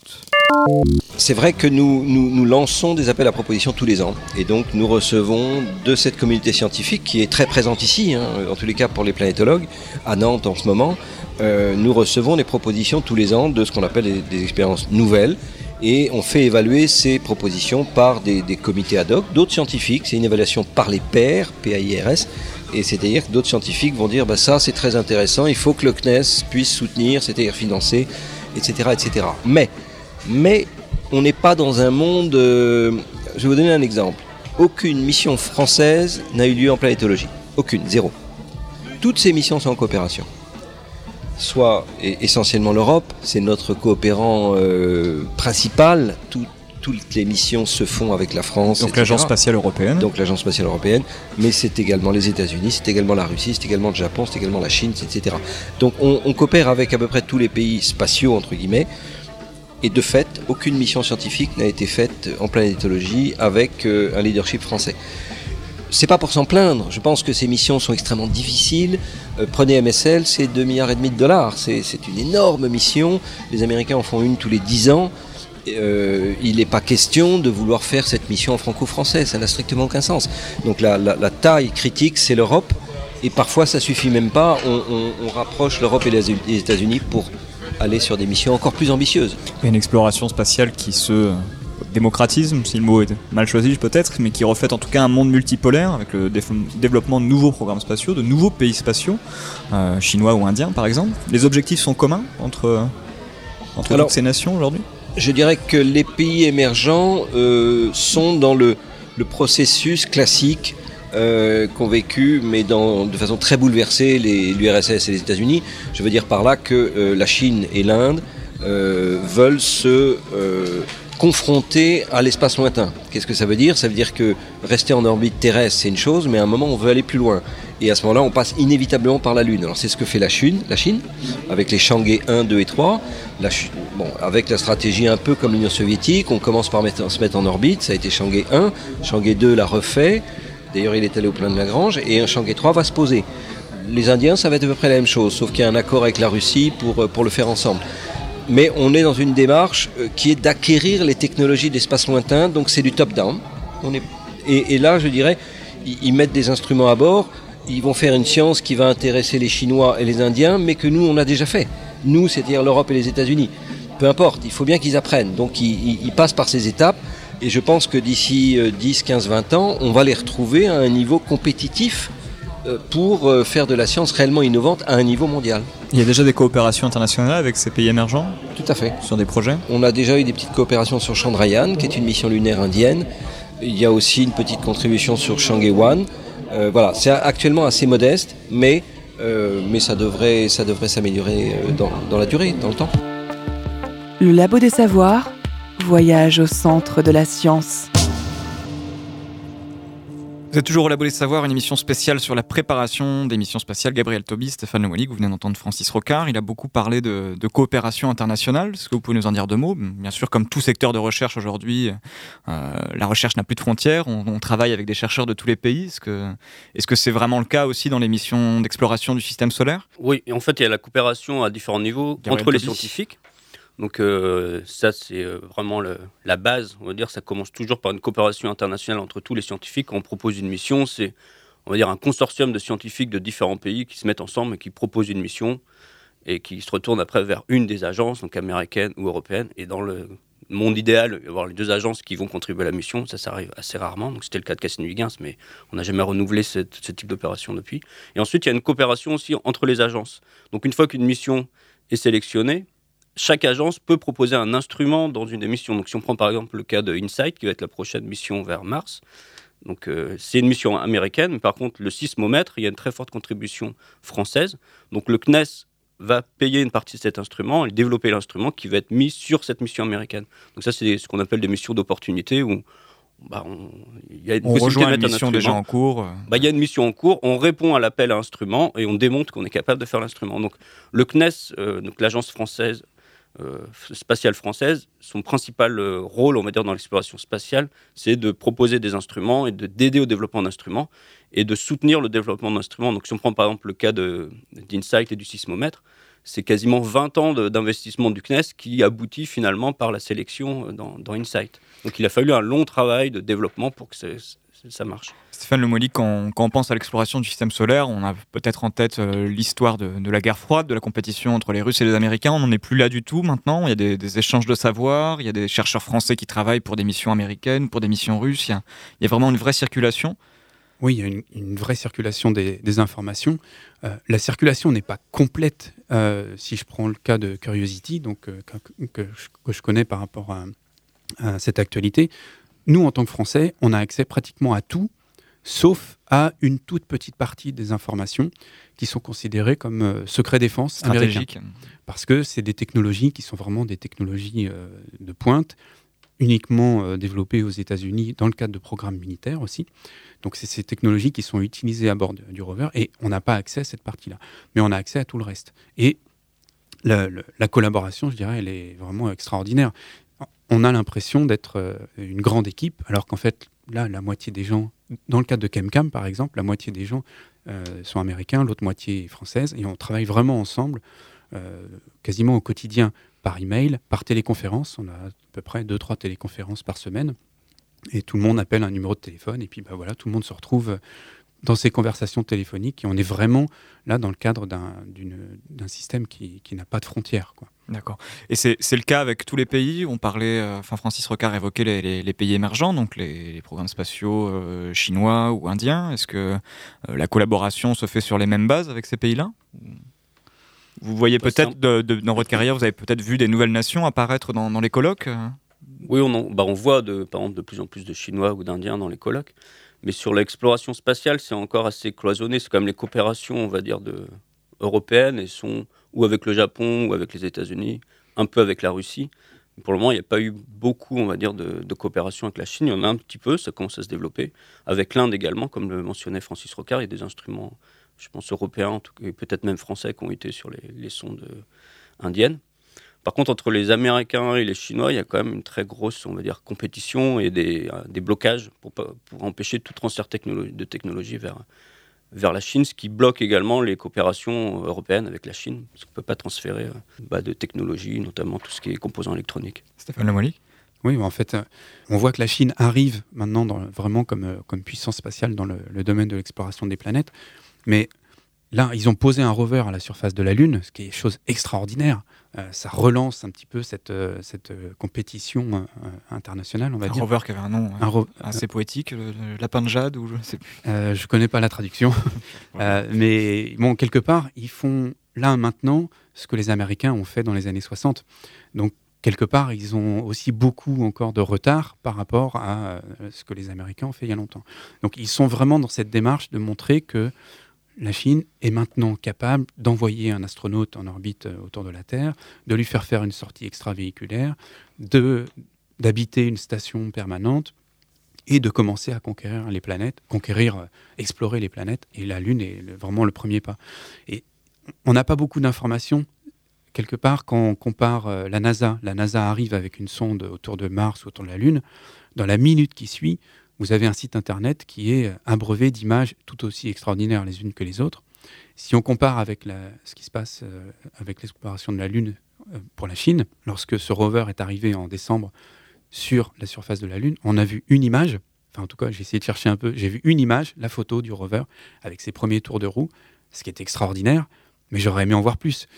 C'est vrai que nous, nous, nous lançons des appels à propositions tous les ans. Et donc nous recevons de cette communauté scientifique qui est très présente ici, hein, en tous les cas pour les planétologues, à Nantes en ce moment, euh, nous recevons des propositions tous les ans de ce qu'on appelle des, des expériences nouvelles. Et on fait évaluer ces propositions par des, des comités ad hoc, d'autres scientifiques. C'est une évaluation par les pairs, P A I R S. Et c'est-à-dire que d'autres scientifiques vont dire bah, ça c'est très intéressant, il faut que le C N E S puisse soutenir, c'est-à-dire financer, et cetera et cetera. Mais, mais on n'est pas dans un monde... Euh, je vais vous donner un exemple. Aucune mission française n'a eu lieu en planétologie. Aucune, zéro. Toutes ces missions sont en coopération. Soit et essentiellement l'Europe, c'est notre coopérant euh, principal. Tout, toutes les missions se font avec la France. Donc et cetera. l'Agence spatiale européenne. Donc l'Agence spatiale européenne, mais c'est également les États-Unis, c'est également la Russie, c'est également le Japon, c'est également la Chine, et cetera. Donc on, on coopère avec à peu près tous les pays spatiaux, entre guillemets, et de fait, aucune mission scientifique n'a été faite en planétologie avec euh, un leadership français. C'est pas pour s'en plaindre, je pense que ces missions sont extrêmement difficiles. Euh, prenez M S L, c'est deux virgule cinq milliards de dollars, c'est, c'est une énorme mission. Les Américains en font une tous les dix ans. Euh, il n'est pas question de vouloir faire cette mission en franco-français, ça n'a strictement aucun sens. Donc la, la, la taille critique, c'est l'Europe, et parfois ça suffit même pas, on, on, on rapproche l'Europe et les, les États-Unis pour aller sur des missions encore plus ambitieuses. Il y a une exploration spatiale qui se démocratise, si le mot est mal choisi peut-être, mais qui reflète en tout cas un monde multipolaire avec le dé- développement de nouveaux programmes spatiaux, de nouveaux pays spatiaux, euh, chinois ou indiens par exemple. Les objectifs sont communs entre, entre Alors, toutes ces nations aujourd'hui ? Je dirais que les pays émergents euh, sont dans le, le processus classique euh, qu'ont vécu, mais dans, de façon très bouleversée, les, l'U R S S et les États-Unis. Je veux dire par là que euh, la Chine et l'Inde euh, veulent se euh, confronter à l'espace lointain. Qu'est-ce que ça veut dire ? Ça veut dire que rester en orbite terrestre, c'est une chose, mais à un moment, on veut aller plus loin. Et à ce moment-là, on passe inévitablement par la Lune. Alors c'est ce que fait la Chine, la Chine avec les Chang'e un, deux et trois. La, bon, avec la stratégie un peu comme l'Union soviétique, on commence par mettre, se mettre en orbite. Ça a été Chang'e un, Chang'e deux l'a refait. D'ailleurs, il est allé au plein de Lagrange. Et un Chang'e trois va se poser. Les Indiens, ça va être à peu près la même chose, sauf qu'il y a un accord avec la Russie pour, pour le faire ensemble. Mais on est dans une démarche qui est d'acquérir les technologies d'espace lointain, donc c'est du top-down. On est... et, et là, je dirais, ils, ils mettent des instruments à bord, ils vont faire une science qui va intéresser les Chinois et les Indiens, mais que nous, on a déjà fait. Nous, c'est-à-dire l'Europe et les États-Unis. Peu importe, il faut bien qu'ils apprennent. Donc ils, ils, ils passent par ces étapes, et je pense que d'ici dix, quinze, vingt ans, on va les retrouver à un niveau compétitif pour faire de la science réellement innovante à un niveau mondial. Il y a déjà des coopérations internationales avec ces pays émergents ? Tout à fait. Sur des projets ? On a déjà eu des petites coopérations sur Chandrayaan, qui est une mission lunaire indienne. Il y a aussi une petite contribution sur Chang'e un. Euh, voilà, c'est actuellement assez modeste, mais, euh, mais ça devrait, ça devrait s'améliorer dans, dans la durée, dans le temps. Le Labo des Savoirs, voyage au centre de la science. Vous êtes toujours au Labo des Savoirs, une émission spéciale sur la préparation des missions spatiales. Gabriel Tauby, Stéphane Le Moyly, vous venez d'entendre Francis Rocard. Il a beaucoup parlé de, de coopération internationale. Est-ce que vous pouvez nous en dire deux mots ? Bien sûr, comme tout secteur de recherche aujourd'hui, euh, la recherche n'a plus de frontières. On, on travaille avec des chercheurs de tous les pays. Est-ce que, est-ce que c'est vraiment le cas aussi dans les missions d'exploration du système solaire ? Oui, et en fait, il y a la coopération à différents niveaux Gabriel entre les Tauby. scientifiques. Donc euh, ça, c'est euh, vraiment le, la base. On va dire, ça commence toujours par une coopération internationale entre tous les scientifiques. Quand on propose une mission, c'est, on va dire, un consortium de scientifiques de différents pays qui se mettent ensemble et qui proposent une mission et qui se retournent après vers une des agences, donc américaine ou européenne. Et dans le monde idéal, il va y avoir les deux agences qui vont contribuer à la mission. Ça, ça arrive assez rarement. Donc c'était le cas de Cassini-Huygens, mais on n'a jamais renouvelé cette, ce type d'opération depuis. Et ensuite, il y a une coopération aussi entre les agences. Donc une fois qu'une mission est sélectionnée, chaque agence peut proposer un instrument dans une des missions. Donc, si on prend par exemple le cas de InSight, qui va être la prochaine mission vers Mars, donc euh, c'est une mission américaine, mais par contre, le sismomètre, il y a une très forte contribution française. Donc, le C N E S va payer une partie de cet instrument et développer l'instrument qui va être mis sur cette mission américaine. Donc, ça, c'est ce qu'on appelle des missions d'opportunité où bah, on, y a une on possibilité rejoint de une mettre un mission instrument. déjà en cours. Bah, il y a une mission en cours, on répond à l'appel à instrument et on démontre qu'on est capable de faire l'instrument. Donc, le C N E S, euh, donc l'agence française, Euh, spatiale française, son principal euh, rôle, on va dire, dans l'exploration spatiale, c'est de proposer des instruments et de, d'aider au développement d'instruments et de soutenir le développement d'instruments. Donc, si on prend par exemple le cas de, d'InSight et du sismomètre, c'est quasiment vingt ans de, d'investissement du C N E S qui aboutit finalement par la sélection dans, dans InSight. Donc il a fallu un long travail de développement pour que c'est, c'est, ça marche. Stéphane Le Moly, quand, quand on pense à l'exploration du système solaire, on a peut-être en tête euh, l'histoire de, de la guerre froide, de la compétition entre les Russes et les Américains. On n'en est plus là du tout maintenant. Il y a des, des échanges de savoir, il y a des chercheurs français qui travaillent pour des missions américaines, pour des missions russes. Il y a, il y a vraiment une vraie circulation. Oui, il y a une, une vraie circulation des, des informations. Euh, la circulation n'est pas complète. Euh, si je prends le cas de Curiosity, donc, euh, que, que, je, que je connais par rapport à, à cette actualité, nous, en tant que Français, on a accès pratiquement à tout, sauf à une toute petite partie des informations qui sont considérées comme euh, secret défense américain. Parce que c'est des technologies qui sont vraiment des technologies euh, de pointe, uniquement euh, développées aux États-Unis dans le cadre de programmes militaires aussi. Donc c'est ces technologies qui sont utilisées à bord de, du rover et on n'a pas accès à cette partie-là. Mais on a accès à tout le reste. Et la, la, la collaboration, je dirais, elle est vraiment extraordinaire. On a l'impression d'être euh, une grande équipe, alors qu'en fait, là, la moitié des gens, dans le cadre de ChemCam par exemple, la moitié des gens euh, sont américains, l'autre moitié est française, et on travaille vraiment ensemble, euh, quasiment au quotidien, par email, par téléconférence. On a à peu près deux trois téléconférences par semaine, et tout le monde appelle un numéro de téléphone, et puis bah, voilà, tout le monde se retrouve dans ces conversations téléphoniques, et on est vraiment là dans le cadre d'un, d'une, d'un système qui, qui n'a pas de frontières, quoi. D'accord. Et c'est, c'est le cas avec tous les pays. On parlait, euh, enfin Francis Rocard évoquait les, les, les pays émergents, donc les, les programmes spatiaux euh, chinois ou indiens. Est-ce que euh, la collaboration se fait sur les mêmes bases avec ces pays-là ? Vous voyez peut-être, de, de, dans votre carrière, vous avez peut-être vu des nouvelles nations apparaître dans, dans les colloques ? Oui, on, en, bah on voit de, par exemple de plus en plus de Chinois ou d'Indiens dans les colloques. Mais sur l'exploration spatiale, c'est encore assez cloisonné. C'est comme les coopérations, on va dire, de, européennes, et sont ou avec le Japon, ou avec les États-Unis, un peu avec la Russie. Pour le moment, il n'y a pas eu beaucoup, on va dire, de, de coopération avec la Chine. Il y en a un petit peu, ça commence à se développer. Avec l'Inde également, comme le mentionnait Francis Rocard, il y a des instruments, je pense, européens, en tout cas, et peut-être même français, qui ont été sur les, les sondes indiennes. Par contre, entre les Américains et les Chinois, il y a quand même une très grosse, on va dire, compétition et des, des blocages pour, pour empêcher tout transfert technolo- de technologie vers... vers la Chine, ce qui bloque également les coopérations européennes avec la Chine, parce qu'on ne peut pas transférer euh, bah, de technologies, notamment tout ce qui est composants électroniques. Stéphane Le Moly ? Oui, en fait, euh, on voit que la Chine arrive maintenant dans, vraiment comme, euh, comme puissance spatiale dans le, le domaine de l'exploration des planètes, mais là, ils ont posé un rover à la surface de la Lune, ce qui est chose extraordinaire. Euh, ça relance un petit peu cette, euh, cette euh, compétition euh, internationale, on va un dire. Un rover qui avait un nom un ro- assez euh, poétique, le, le lapin de jade, ou je ne sais plus. Euh, je ne connais pas la traduction. euh, mais bon, quelque part, ils font là maintenant ce que les Américains ont fait dans les années soixante. Donc, quelque part, ils ont aussi beaucoup encore de retard par rapport à euh, ce que les Américains ont fait il y a longtemps. Donc, ils sont vraiment dans cette démarche de montrer que la Chine est maintenant capable d'envoyer un astronaute en orbite autour de la Terre, de lui faire faire une sortie extravéhiculaire, de, d'habiter une station permanente et de commencer à conquérir les planètes, conquérir, euh, explorer les planètes. Et la Lune est le, vraiment le premier pas. Et on n'a pas beaucoup d'informations. Quelque part, quand on compare euh, la NASA, la NASA arrive avec une sonde autour de Mars ou autour de la Lune, dans la minute qui suit, vous avez un site internet qui est abreuvé d'images tout aussi extraordinaires les unes que les autres. Si on compare avec la, ce qui se passe euh, avec l'exploration de la Lune euh, pour la Chine, lorsque ce rover est arrivé en décembre sur la surface de la Lune, on a vu une image, enfin en tout cas j'ai essayé de chercher un peu, j'ai vu une image, la photo du rover avec ses premiers tours de roue, ce qui est extraordinaire, mais j'aurais aimé en voir plus.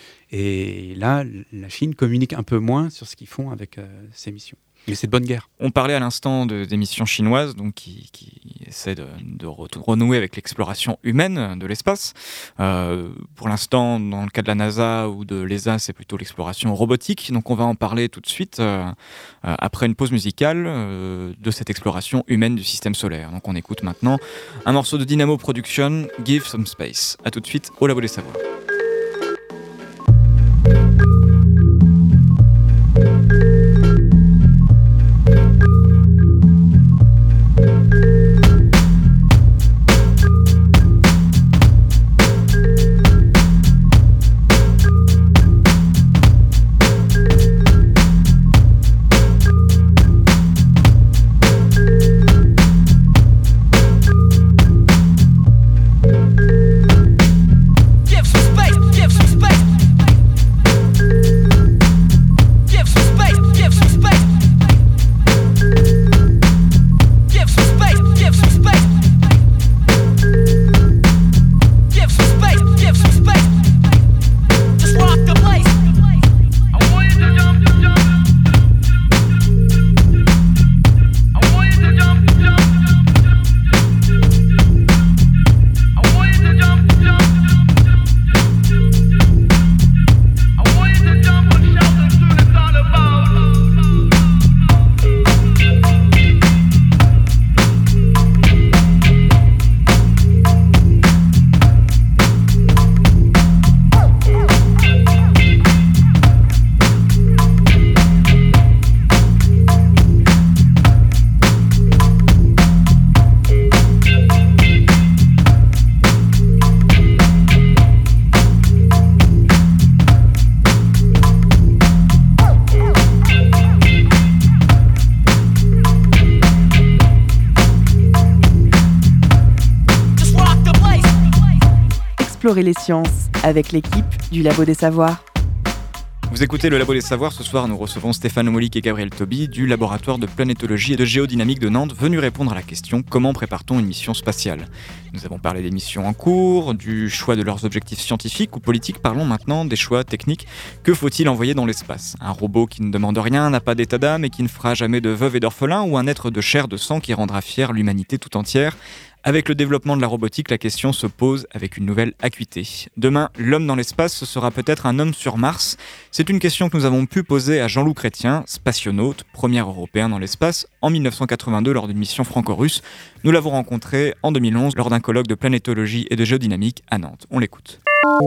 Et là, la Chine communique un peu moins sur ce qu'ils font avec euh, ces missions. Mais c'est de bonne guerre. On parlait à l'instant de, des missions chinoises donc qui, qui essaient de, de renouer avec l'exploration humaine de l'espace. Euh, pour l'instant, dans le cas de la NASA ou de l'E S A, c'est plutôt l'exploration robotique. Donc on va en parler tout de suite euh, euh, après une pause musicale euh, de cette exploration humaine du système solaire. Donc on écoute maintenant un morceau de Dynamo Production, Give Some Space. A tout de suite au Labo des Savoirs. Give some space. explorer les sciences avec l'équipe du Labo des Savoirs. Vous écoutez le Labo des Savoirs. Ce soir, nous recevons Stéphane Omolik et Gabriel Toby du laboratoire de planétologie et de géodynamique de Nantes, venus répondre à la question « Comment prépare-t-on une mission spatiale ?» Nous avons parlé des missions en cours, du choix de leurs objectifs scientifiques ou politiques. Parlons maintenant des choix techniques. Que faut-il envoyer dans l'espace ? Un robot qui ne demande rien, n'a pas d'état d'âme et qui ne fera jamais de veuve et d'orphelin, ou un être de chair de sang qui rendra fière l'humanité tout entière ? Avec le développement de la robotique, la question se pose avec une nouvelle acuité. Demain, l'homme dans l'espace, ce sera peut-être un homme sur Mars. C'est une question que nous avons pu poser à Jean-Loup Chrétien, spationaute, premier européen dans l'espace, en dix-neuf cent quatre-vingt-deux lors d'une mission franco-russe. Nous l'avons rencontré en deux mille onze lors d'un colloque de planétologie et de géodynamique à Nantes. On l'écoute.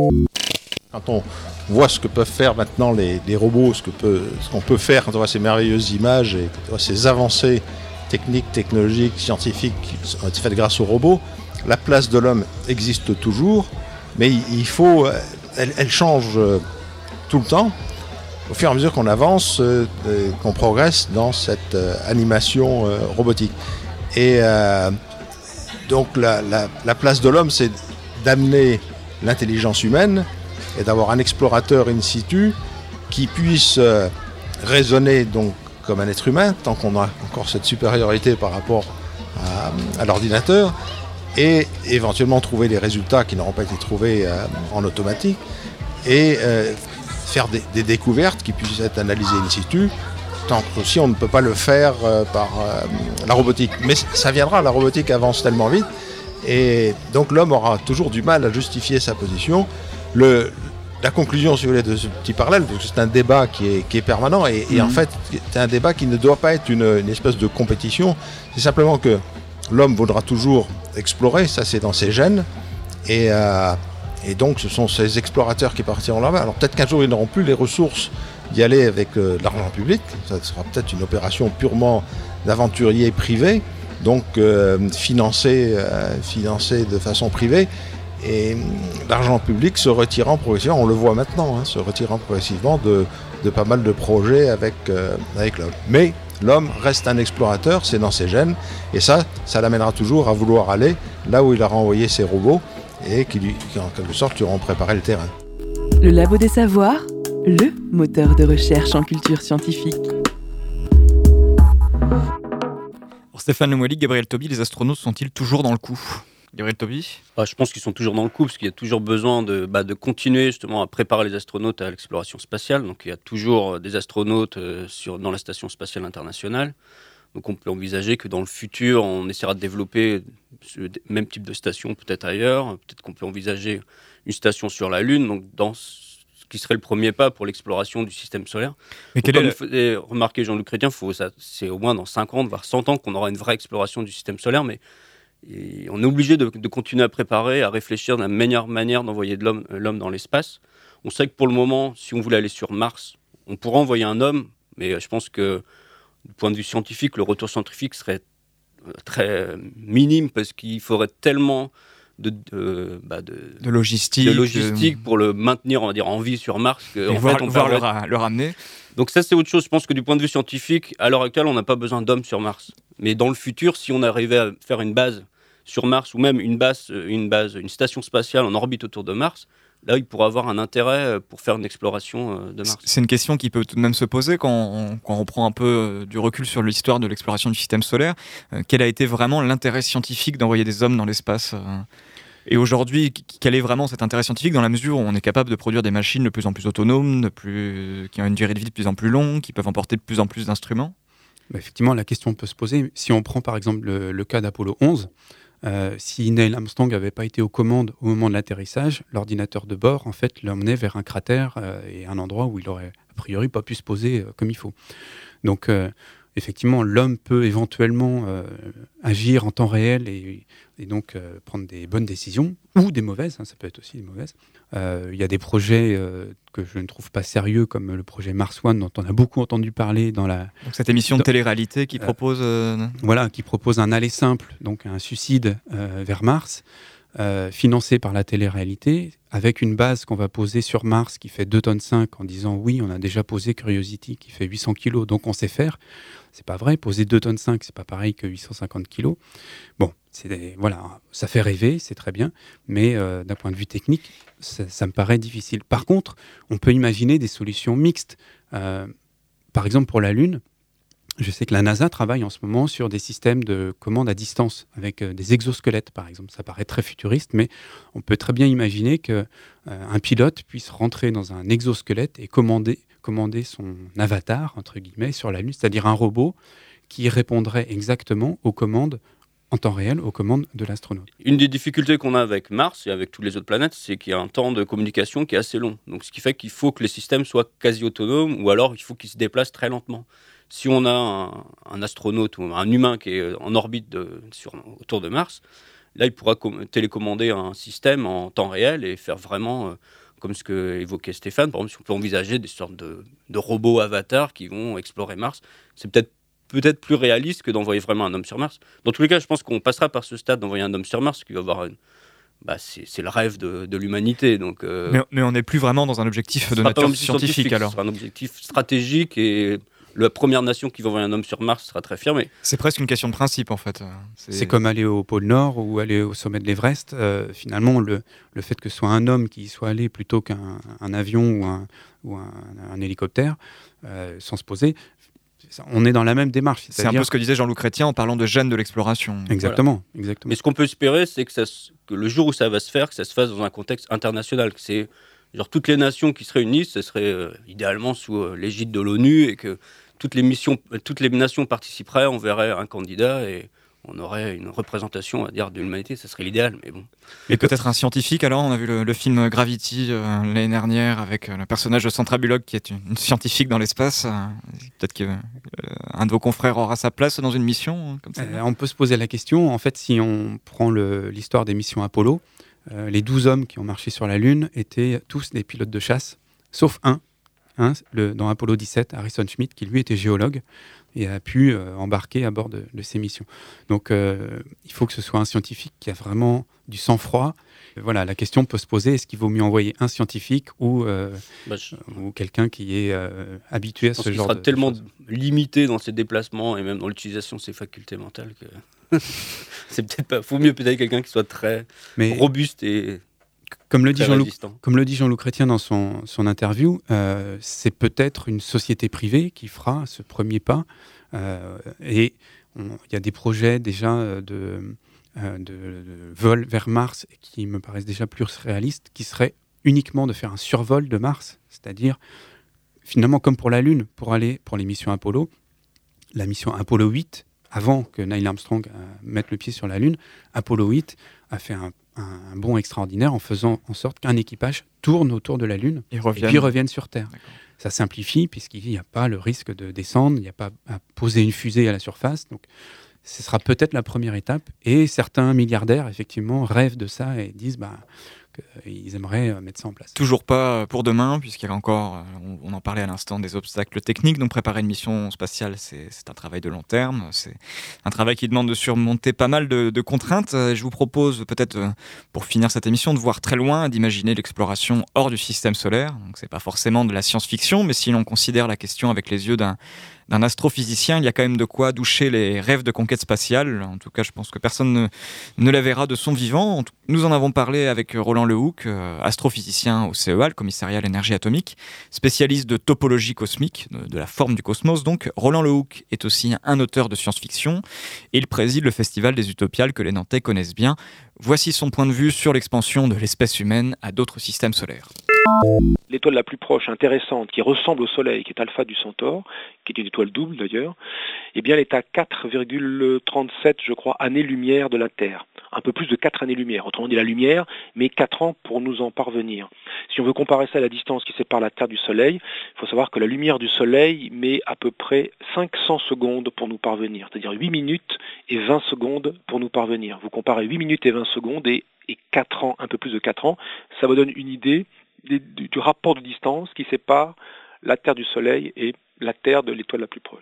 Quand on voit ce que peuvent faire maintenant les, les robots, ce, que peut, ce qu'on peut faire quand on voit ces merveilleuses images et quand on voit ces avancées techniques, technologiques, scientifiques qui ont été faites grâce aux robots, la place de l'homme existe toujours, mais il faut, elle, elle change tout le temps au fur et à mesure qu'on avance, euh, qu'on progresse dans cette euh, animation euh, robotique. Et euh, donc la, la, la place de l'homme, c'est d'amener l'intelligence humaine et d'avoir un explorateur in situ qui puisse euh, raisonner donc comme un être humain, tant qu'on a encore cette supériorité par rapport à, à l'ordinateur, et éventuellement trouver des résultats qui n'auront pas été trouvés euh, en automatique, et euh, faire des, des découvertes qui puissent être analysées in situ, tant qu'aussi on ne peut pas le faire euh, par euh, la robotique. Mais ça viendra, la robotique avance tellement vite, et donc l'homme aura toujours du mal à justifier sa position. Le, La conclusion, si vous voulez, de ce petit parallèle, parce que c'est un débat qui est, qui est permanent, et, et mmh. en fait, c'est un débat qui ne doit pas être une, une espèce de compétition. C'est simplement que l'homme voudra toujours explorer, ça c'est dans ses gènes, et, euh, et donc ce sont ces explorateurs qui partiront là-bas. Alors peut-être qu'un jour ils n'auront plus les ressources d'y aller avec euh, de l'argent public, ça sera peut-être une opération purement d'aventurier privé, donc euh, financée, euh, financée de façon privée. Et l'argent public se retirant progressivement, on le voit maintenant, hein, se retirant progressivement de, de pas mal de projets avec, euh, avec l'homme. Mais l'homme reste un explorateur, c'est dans ses gènes, et ça, ça l'amènera toujours à vouloir aller là où il a renvoyé ses robots et qui, lui, qui en quelque sorte lui auront préparé le terrain. Le Labo des Savoirs, le moteur de recherche en culture scientifique. Pour Stéphane Omolik, Gabriel Toby, les astronautes sont-ils toujours dans le coup ? Gabriel Toby ? Bah, je pense qu'ils sont toujours dans le coup, parce qu'il y a toujours besoin de, bah, de continuer justement à préparer les astronautes à l'exploration spatiale. Donc il y a toujours des astronautes euh, sur, dans la Station spatiale internationale. Donc on peut envisager que dans le futur, on essaiera de développer ce même type de station peut-être ailleurs. Peut-être qu'on peut envisager une station sur la Lune, donc dans ce qui serait le premier pas pour l'exploration du système solaire. Mais donc, comme le... il faisait remarquer Jean-Luc Chrétien, faut, ça, c'est au moins dans cinquante, voire cent ans qu'on aura une vraie exploration du système solaire, mais et on est obligé de, de continuer à préparer, à réfléchir de la meilleure manière d'envoyer de l'homme, l'homme dans l'espace. On sait que pour le moment, si on voulait aller sur Mars, on pourrait envoyer un homme, mais je pense que du point de vue scientifique, le retour scientifique serait très minime parce qu'il faudrait tellement de, de, bah de, de logistique, de logistique de... pour le maintenir, on va dire, en vie sur Mars. Que, en voir, fait, on voir le, ra- le ramener. Donc ça, c'est autre chose. Je pense que du point de vue scientifique, à l'heure actuelle, on n'a pas besoin d'hommes sur Mars. Mais dans le futur, si on arrivait à faire une base sur Mars, ou même une base, une base, une station spatiale en orbite autour de Mars, là, il pourrait avoir un intérêt pour faire une exploration de Mars. C'est une question qui peut tout de même se poser quand on, quand on reprend un peu du recul sur l'histoire de l'exploration du système solaire. Euh, quel a été vraiment l'intérêt scientifique d'envoyer des hommes dans l'espace ? Et aujourd'hui, quel est vraiment cet intérêt scientifique dans la mesure où on est capable de produire des machines de plus en plus autonomes, de plus, qui ont une durée de vie de plus en plus longue, qui peuvent emporter de plus en plus d'instruments ? Bah effectivement, la question peut se poser. Si on prend par exemple le, le cas d'Apollo onze, Euh, si Neil Armstrong n'avait pas été aux commandes au moment de l'atterrissage, l'ordinateur de bord en fait l'emmenait vers un cratère euh, et un endroit où il aurait a priori pas pu se poser euh, comme il faut. Donc euh, effectivement, l'homme peut éventuellement euh, agir en temps réel et, et donc euh, prendre des bonnes décisions ou des mauvaises, hein, ça peut être aussi des mauvaises. Il euh, y a des projets euh, que je ne trouve pas sérieux, comme le projet Mars One, dont on a beaucoup entendu parler dans la... Donc cette émission de télé-réalité qui euh, propose... Euh... Voilà, qui propose un aller simple, donc un suicide euh, vers Mars, euh, financé par la télé-réalité, avec une base qu'on va poser sur Mars qui fait deux tonnes cinq, en disant oui, on a déjà posé Curiosity qui fait huit cents kilos, donc on sait faire. C'est pas vrai, poser deux tonnes cinq, c'est pas pareil que huit cent cinquante kilos. Bon, c'est des, voilà, ça fait rêver, c'est très bien, mais euh, d'un point de vue technique, ça, ça me paraît difficile. Par contre, on peut imaginer des solutions mixtes. Euh, par exemple, pour la Lune, je sais que la NASA travaille en ce moment sur des systèmes de commande à distance, avec euh, des exosquelettes, par exemple. Ça paraît très futuriste, mais on peut très bien imaginer qu'un euh, pilote puisse rentrer dans un exosquelette et commander, commander son avatar, entre guillemets, sur la Lune, c'est-à-dire un robot qui répondrait exactement aux commandes en temps réel aux commandes de l'astronaute. Une des difficultés qu'on a avec Mars et avec toutes les autres planètes, c'est qu'il y a un temps de communication qui est assez long. Donc, ce qui fait qu'il faut que les systèmes soient quasi autonomes ou alors il faut qu'ils se déplacent très lentement. Si on a un, un astronaute ou un humain qui est en orbite de, sur, autour de Mars, là, il pourra com- télécommander un système en temps réel et faire vraiment, euh, comme ce que évoquait Stéphane, par exemple, si on peut envisager des sortes de, de robots avatars qui vont explorer Mars, c'est peut-être peut-être plus réaliste que d'envoyer vraiment un homme sur Mars. Dans tous les cas, je pense qu'on passera par ce stade d'envoyer un homme sur Mars, qui va avoir une... bah, c'est, c'est le rêve de, de l'humanité. Donc, euh... mais, mais on n'est plus vraiment dans un objectif de nature scientifique, scientifique alors. Ce sera un objectif stratégique et la première nation qui va envoyer un homme sur Mars sera très fière. Mais... c'est presque une question de principe en fait. C'est, c'est comme aller au pôle Nord ou aller au sommet de l'Everest. Euh, finalement, le, le fait que ce soit un homme qui y soit allé plutôt qu'un un avion ou un, ou un, un hélicoptère, euh, sans se poser, on est dans la même démarche. C'est un peu ce que disait Jean-Loup Chrétien en parlant de gènes de l'exploration. Exactement, voilà. exactement. Mais ce qu'on peut espérer, c'est que, ça, que le jour où ça va se faire, que ça se fasse dans un contexte international. Que c'est genre toutes les nations qui se réunissent, ce serait euh, idéalement sous euh, l'égide de l'ONU et que toutes les, missions, toutes les nations participeraient, on verrait un candidat et on aurait une représentation, on va dire, de l'humanité, ça serait l'idéal, mais bon. Et peut-être un scientifique, alors, on a vu le, le film Gravity euh, l'année dernière, avec euh, le personnage de Sandra Bullock, qui est une, une scientifique dans l'espace. Euh, peut-être qu'un euh, de vos confrères aura sa place dans une mission, comme ça. Euh, on peut se poser la question, en fait, si on prend le, l'histoire des missions Apollo, euh, les douze hommes qui ont marché sur la Lune étaient tous des pilotes de chasse, sauf un, hein, le, dans Apollo dix-sept, Harrison Schmitt, qui lui était géologue, et a pu euh, embarquer à bord de, de ces missions. Donc euh, il faut que ce soit un scientifique qui a vraiment du sang-froid. Et voilà, la question peut se poser, est-ce qu'il vaut mieux envoyer un scientifique ou, euh, bah, je... ou quelqu'un qui est euh, habitué à ce genre de choses. Il sera tellement limité dans ses déplacements et même dans l'utilisation de ses facultés mentales que c'est peut-être pas... faut mieux peut-être quelqu'un qui soit très Mais... robuste et... Comme le, dit Jean-Loup, comme le dit Jean-Loup Chrétien dans son, son interview, euh, c'est peut-être une société privée qui fera ce premier pas. Euh, et il y a des projets déjà de, euh, de, de vol vers Mars qui me paraissent déjà plus réalistes, qui seraient uniquement de faire un survol de Mars. C'est-à-dire, finalement, comme pour la Lune, pour aller pour les missions Apollo, la mission Apollo huit, avant que Neil Armstrong euh, mette le pied sur la Lune, Apollo huit a fait un un bond extraordinaire en faisant en sorte qu'un équipage tourne autour de la Lune et, et puis revienne sur Terre. D'accord. Ça simplifie puisqu'il n'y a pas le risque de descendre, il n'y a pas à poser une fusée à la surface. Donc, ce sera peut-être la première étape. Et certains milliardaires, effectivement, rêvent de ça et disent bah, qu'ils aimeraient mettre ça en place. Toujours pas pour demain, puisqu'il y a encore, on en parlait à l'instant, des obstacles techniques. Donc préparer une mission spatiale, c'est, c'est un travail de long terme. C'est un travail qui demande de surmonter pas mal de, de contraintes. Je vous propose peut-être, pour finir cette émission, de voir très loin, d'imaginer l'exploration hors du système solaire. Donc c'est pas forcément de la science-fiction, mais si l'on considère la question avec les yeux d'un d'un astrophysicien, il y a quand même de quoi doucher les rêves de conquête spatiale. En tout cas, je pense que personne ne, ne la verra de son vivant. Nous en avons parlé avec Roland Lehoucq, euh, astrophysicien au C E A, le commissariat à l'énergie atomique, spécialiste de topologie cosmique, de, de la forme du cosmos. Donc, Roland Lehoucq est aussi un auteur de science-fiction et il préside le festival des Utopiales que les Nantais connaissent bien. Voici son point de vue sur l'expansion de l'espèce humaine à d'autres systèmes solaires. L'étoile la plus proche, intéressante, qui ressemble au Soleil, qui est Alpha du Centaure, qui est une étoile double d'ailleurs, eh bien elle est à quatre virgule trente-sept, je crois, années-lumière de la Terre. Un peu plus de quatre années-lumière, autrement dit la lumière, mais quatre ans pour nous en parvenir. Si on veut comparer ça à la distance qui sépare la Terre du Soleil, il faut savoir que la lumière du Soleil met à peu près cinq cents secondes pour nous parvenir, c'est-à-dire huit minutes et vingt secondes pour nous parvenir. Vous comparez huit minutes et vingt secondes et, et quatre ans, un peu plus de quatre ans, ça vous donne une idée du, du rapport de distance qui sépare la Terre du Soleil et la Terre de l'étoile la plus proche.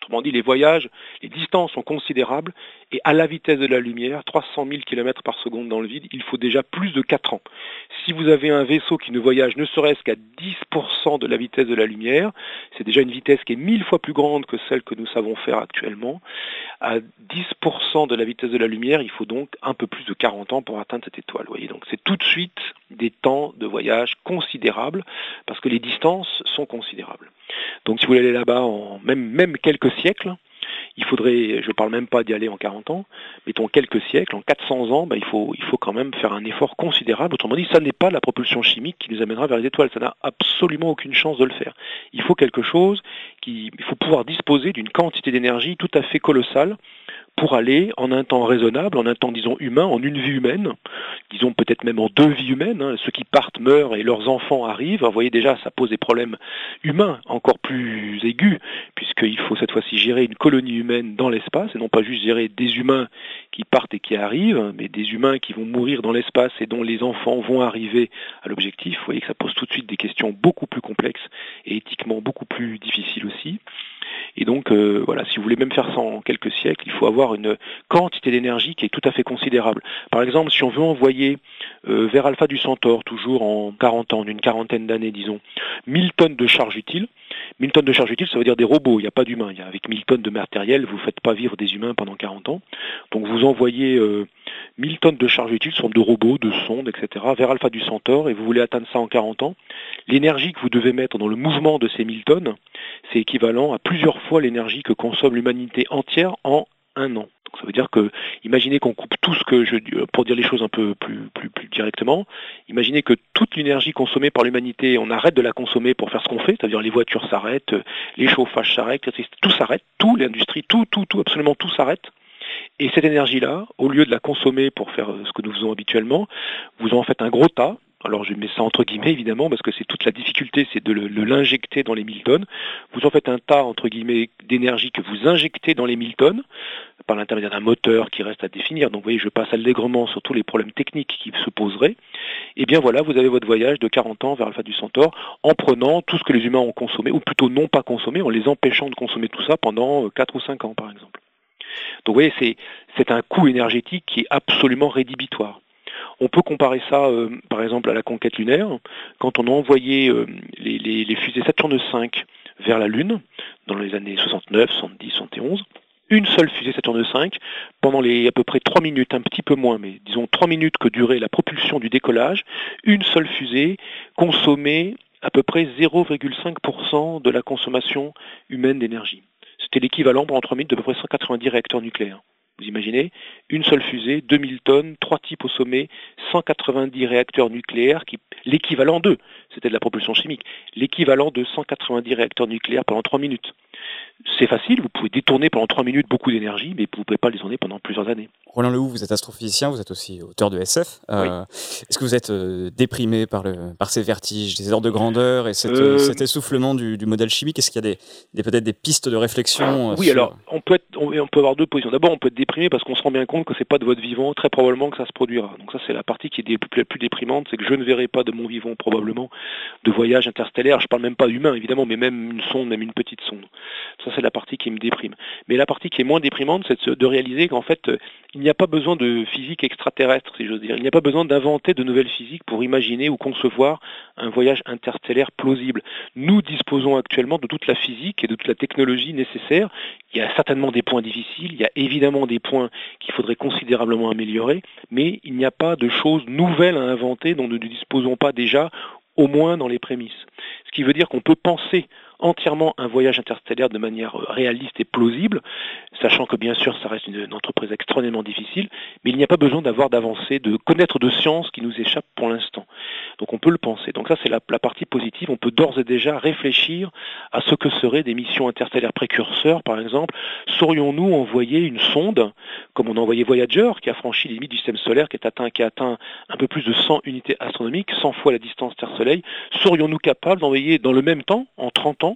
Autrement dit, les voyages, les distances sont considérables et à la vitesse de la lumière, trois cent mille kilomètres par seconde dans le vide, il faut déjà plus de quatre ans. Si vous avez un vaisseau qui ne voyage ne serait-ce qu'à dix pour cent de la vitesse de la lumière, c'est déjà une vitesse qui est mille fois plus grande que celle que nous savons faire actuellement. À dix pour cent de la vitesse de la lumière, il faut donc un peu plus de quarante ans pour atteindre cette étoile. Vous voyez, donc c'est tout de suite des temps de voyage considérables parce que les distances sont considérables. Donc si vous voulez aller là-bas en même, même quelques siècles, il faudrait, je ne parle même pas d'y aller en quarante ans, mettons quelques siècles, en quatre cents ans, ben il, faut, il faut quand même faire un effort considérable. Autrement dit, ça n'est pas la propulsion chimique qui nous amènera vers les étoiles, ça n'a absolument aucune chance de le faire. Il faut quelque chose, qui, il faut pouvoir disposer d'une quantité d'énergie tout à fait colossale pour aller en un temps raisonnable, en un temps, disons, humain, en une vie humaine, disons peut-être même en deux vies humaines, hein. Ceux qui partent meurent et leurs enfants arrivent. Vous voyez déjà, ça pose des problèmes humains encore plus aigus, puisqu'il faut cette fois-ci gérer une colonie humaine dans l'espace, et non pas juste gérer des humains qui partent et qui arrivent, mais des humains qui vont mourir dans l'espace et dont les enfants vont arriver à l'objectif. Vous voyez que ça pose tout de suite des questions beaucoup plus complexes et éthiquement beaucoup plus difficiles aussi. Et donc, euh, voilà, si vous voulez même faire ça en quelques siècles, il faut avoir une quantité d'énergie qui est tout à fait considérable. Par exemple, si on veut envoyer euh, vers Alpha du Centaure, toujours en quarante ans, en une quarantaine d'années, disons, mille tonnes de charge utile, mille tonnes de charge utile, ça veut dire des robots, il n'y a pas d'humains. Avec mille tonnes de matériel, vous ne faites pas vivre des humains pendant quarante ans. Donc vous envoyez euh, mille tonnes de charge utile, sorte de robots, de sondes, et cetera, vers Alpha du Centaure, et vous voulez atteindre ça en quarante ans. L'énergie que vous devez mettre dans le mouvement de ces mille tonnes, c'est équivalent à plusieurs fois l'énergie que consomme l'humanité entière en un an. Donc ça veut dire que, imaginez qu'on coupe tout ce que je, pour dire les choses un peu plus, plus, plus directement, imaginez que toute l'énergie consommée par l'humanité, on arrête de la consommer pour faire ce qu'on fait, c'est-à-dire les voitures s'arrêtent, les chauffages s'arrêtent, tout s'arrête, tout, l'industrie, tout, tout, tout, absolument tout s'arrête. Et cette énergie-là, au lieu de la consommer pour faire ce que nous faisons habituellement, vous en faites un gros tas. Alors je mets ça entre guillemets évidemment parce que c'est toute la difficulté, c'est de le, le l'injecter dans les mille tonnes. Vous en faites un tas entre guillemets d'énergie que vous injectez dans les mille tonnes par l'intermédiaire d'un moteur qui reste à définir. Donc vous voyez, je passe allègrement sur tous les problèmes techniques qui se poseraient. Et bien voilà, vous avez votre voyage de quarante ans vers Alpha du Centaure en prenant tout ce que les humains ont consommé, ou plutôt non pas consommé, en les empêchant de consommer tout ça pendant quatre ou cinq ans par exemple. Donc vous voyez, c'est, c'est un coût énergétique qui est absolument rédhibitoire. On peut comparer ça, euh, par exemple, à la conquête lunaire. Quand on a envoyé euh, les, les, les fusées Saturne cinq vers la Lune, dans les années soixante-neuf, soixante-dix, soixante et onze, une seule fusée Saturne cinq, pendant les à peu près trois minutes, un petit peu moins, mais disons trois minutes que durait la propulsion du décollage, une seule fusée consommait à peu près zéro virgule cinq pour cent de la consommation humaine d'énergie. C'était l'équivalent pendant trois minutes de à peu près cent quatre-vingt-dix réacteurs nucléaires. Vous imaginez, une seule fusée, deux mille tonnes, trois types au sommet, cent quatre-vingt-dix réacteurs nucléaires, qui, l'équivalent d'eux, c'était de la propulsion chimique, l'équivalent de cent quatre-vingt-dix réacteurs nucléaires pendant trois minutes. C'est facile, vous pouvez détourner pendant trois minutes beaucoup d'énergie, mais vous ne pouvez pas les détourner pendant plusieurs années. Roland Lehoux, vous êtes astrophysicien, vous êtes aussi auteur de S F. Euh, oui. Est-ce que vous êtes euh, déprimé par, le, par ces vertiges, ces ordres de grandeur et cette, euh... cet essoufflement du, du modèle chimique? Est-ce qu'il y a des, des, peut-être des pistes de réflexion euh, Oui, sur... alors, on peut, être, on, on peut avoir deux positions. D'abord, on peut être déprimé parce qu'on se rend bien compte que ce n'est pas de votre vivant, très probablement que ça se produira. Donc ça, c'est la partie qui est des, la plus déprimante, c'est que je ne verrai pas de mon vivant, probablement, de voyage interstellaire. Je ne parle même pas humain, évidemment, mais même une sonde, même une petite sonde. Ça, c'est la partie qui me déprime. Mais la partie qui est moins déprimante, c'est de réaliser qu'en fait, il n'y a pas besoin de physique extraterrestre, si j'ose dire. Il n'y a pas besoin d'inventer de nouvelles physiques pour imaginer ou concevoir un voyage interstellaire plausible. Nous disposons actuellement de toute la physique et de toute la technologie nécessaire. Il y a certainement des points difficiles, il y a évidemment des points qu'il faudrait considérablement améliorer, mais il n'y a pas de choses nouvelles à inventer dont nous ne disposons pas déjà, au moins dans les prémices. Ce qui veut dire qu'on peut penser entièrement un voyage interstellaire de manière réaliste et plausible, sachant que bien sûr ça reste une, une entreprise extrêmement difficile, mais il n'y a pas besoin d'avoir d'avancées, de connaître de sciences qui nous échappent pour l'instant. Donc on peut le penser. Donc ça c'est la, la partie positive, on peut d'ores et déjà réfléchir à ce que seraient des missions interstellaires précurseurs, par exemple. Saurions-nous envoyer une sonde, comme on a envoyé Voyager, qui a franchi les limites du système solaire, qui, est atteint, qui a atteint un peu plus de cent unités astronomiques, cent fois la distance Terre-Soleil, serions-nous capables d'envoyer dans le même temps, en trente ans,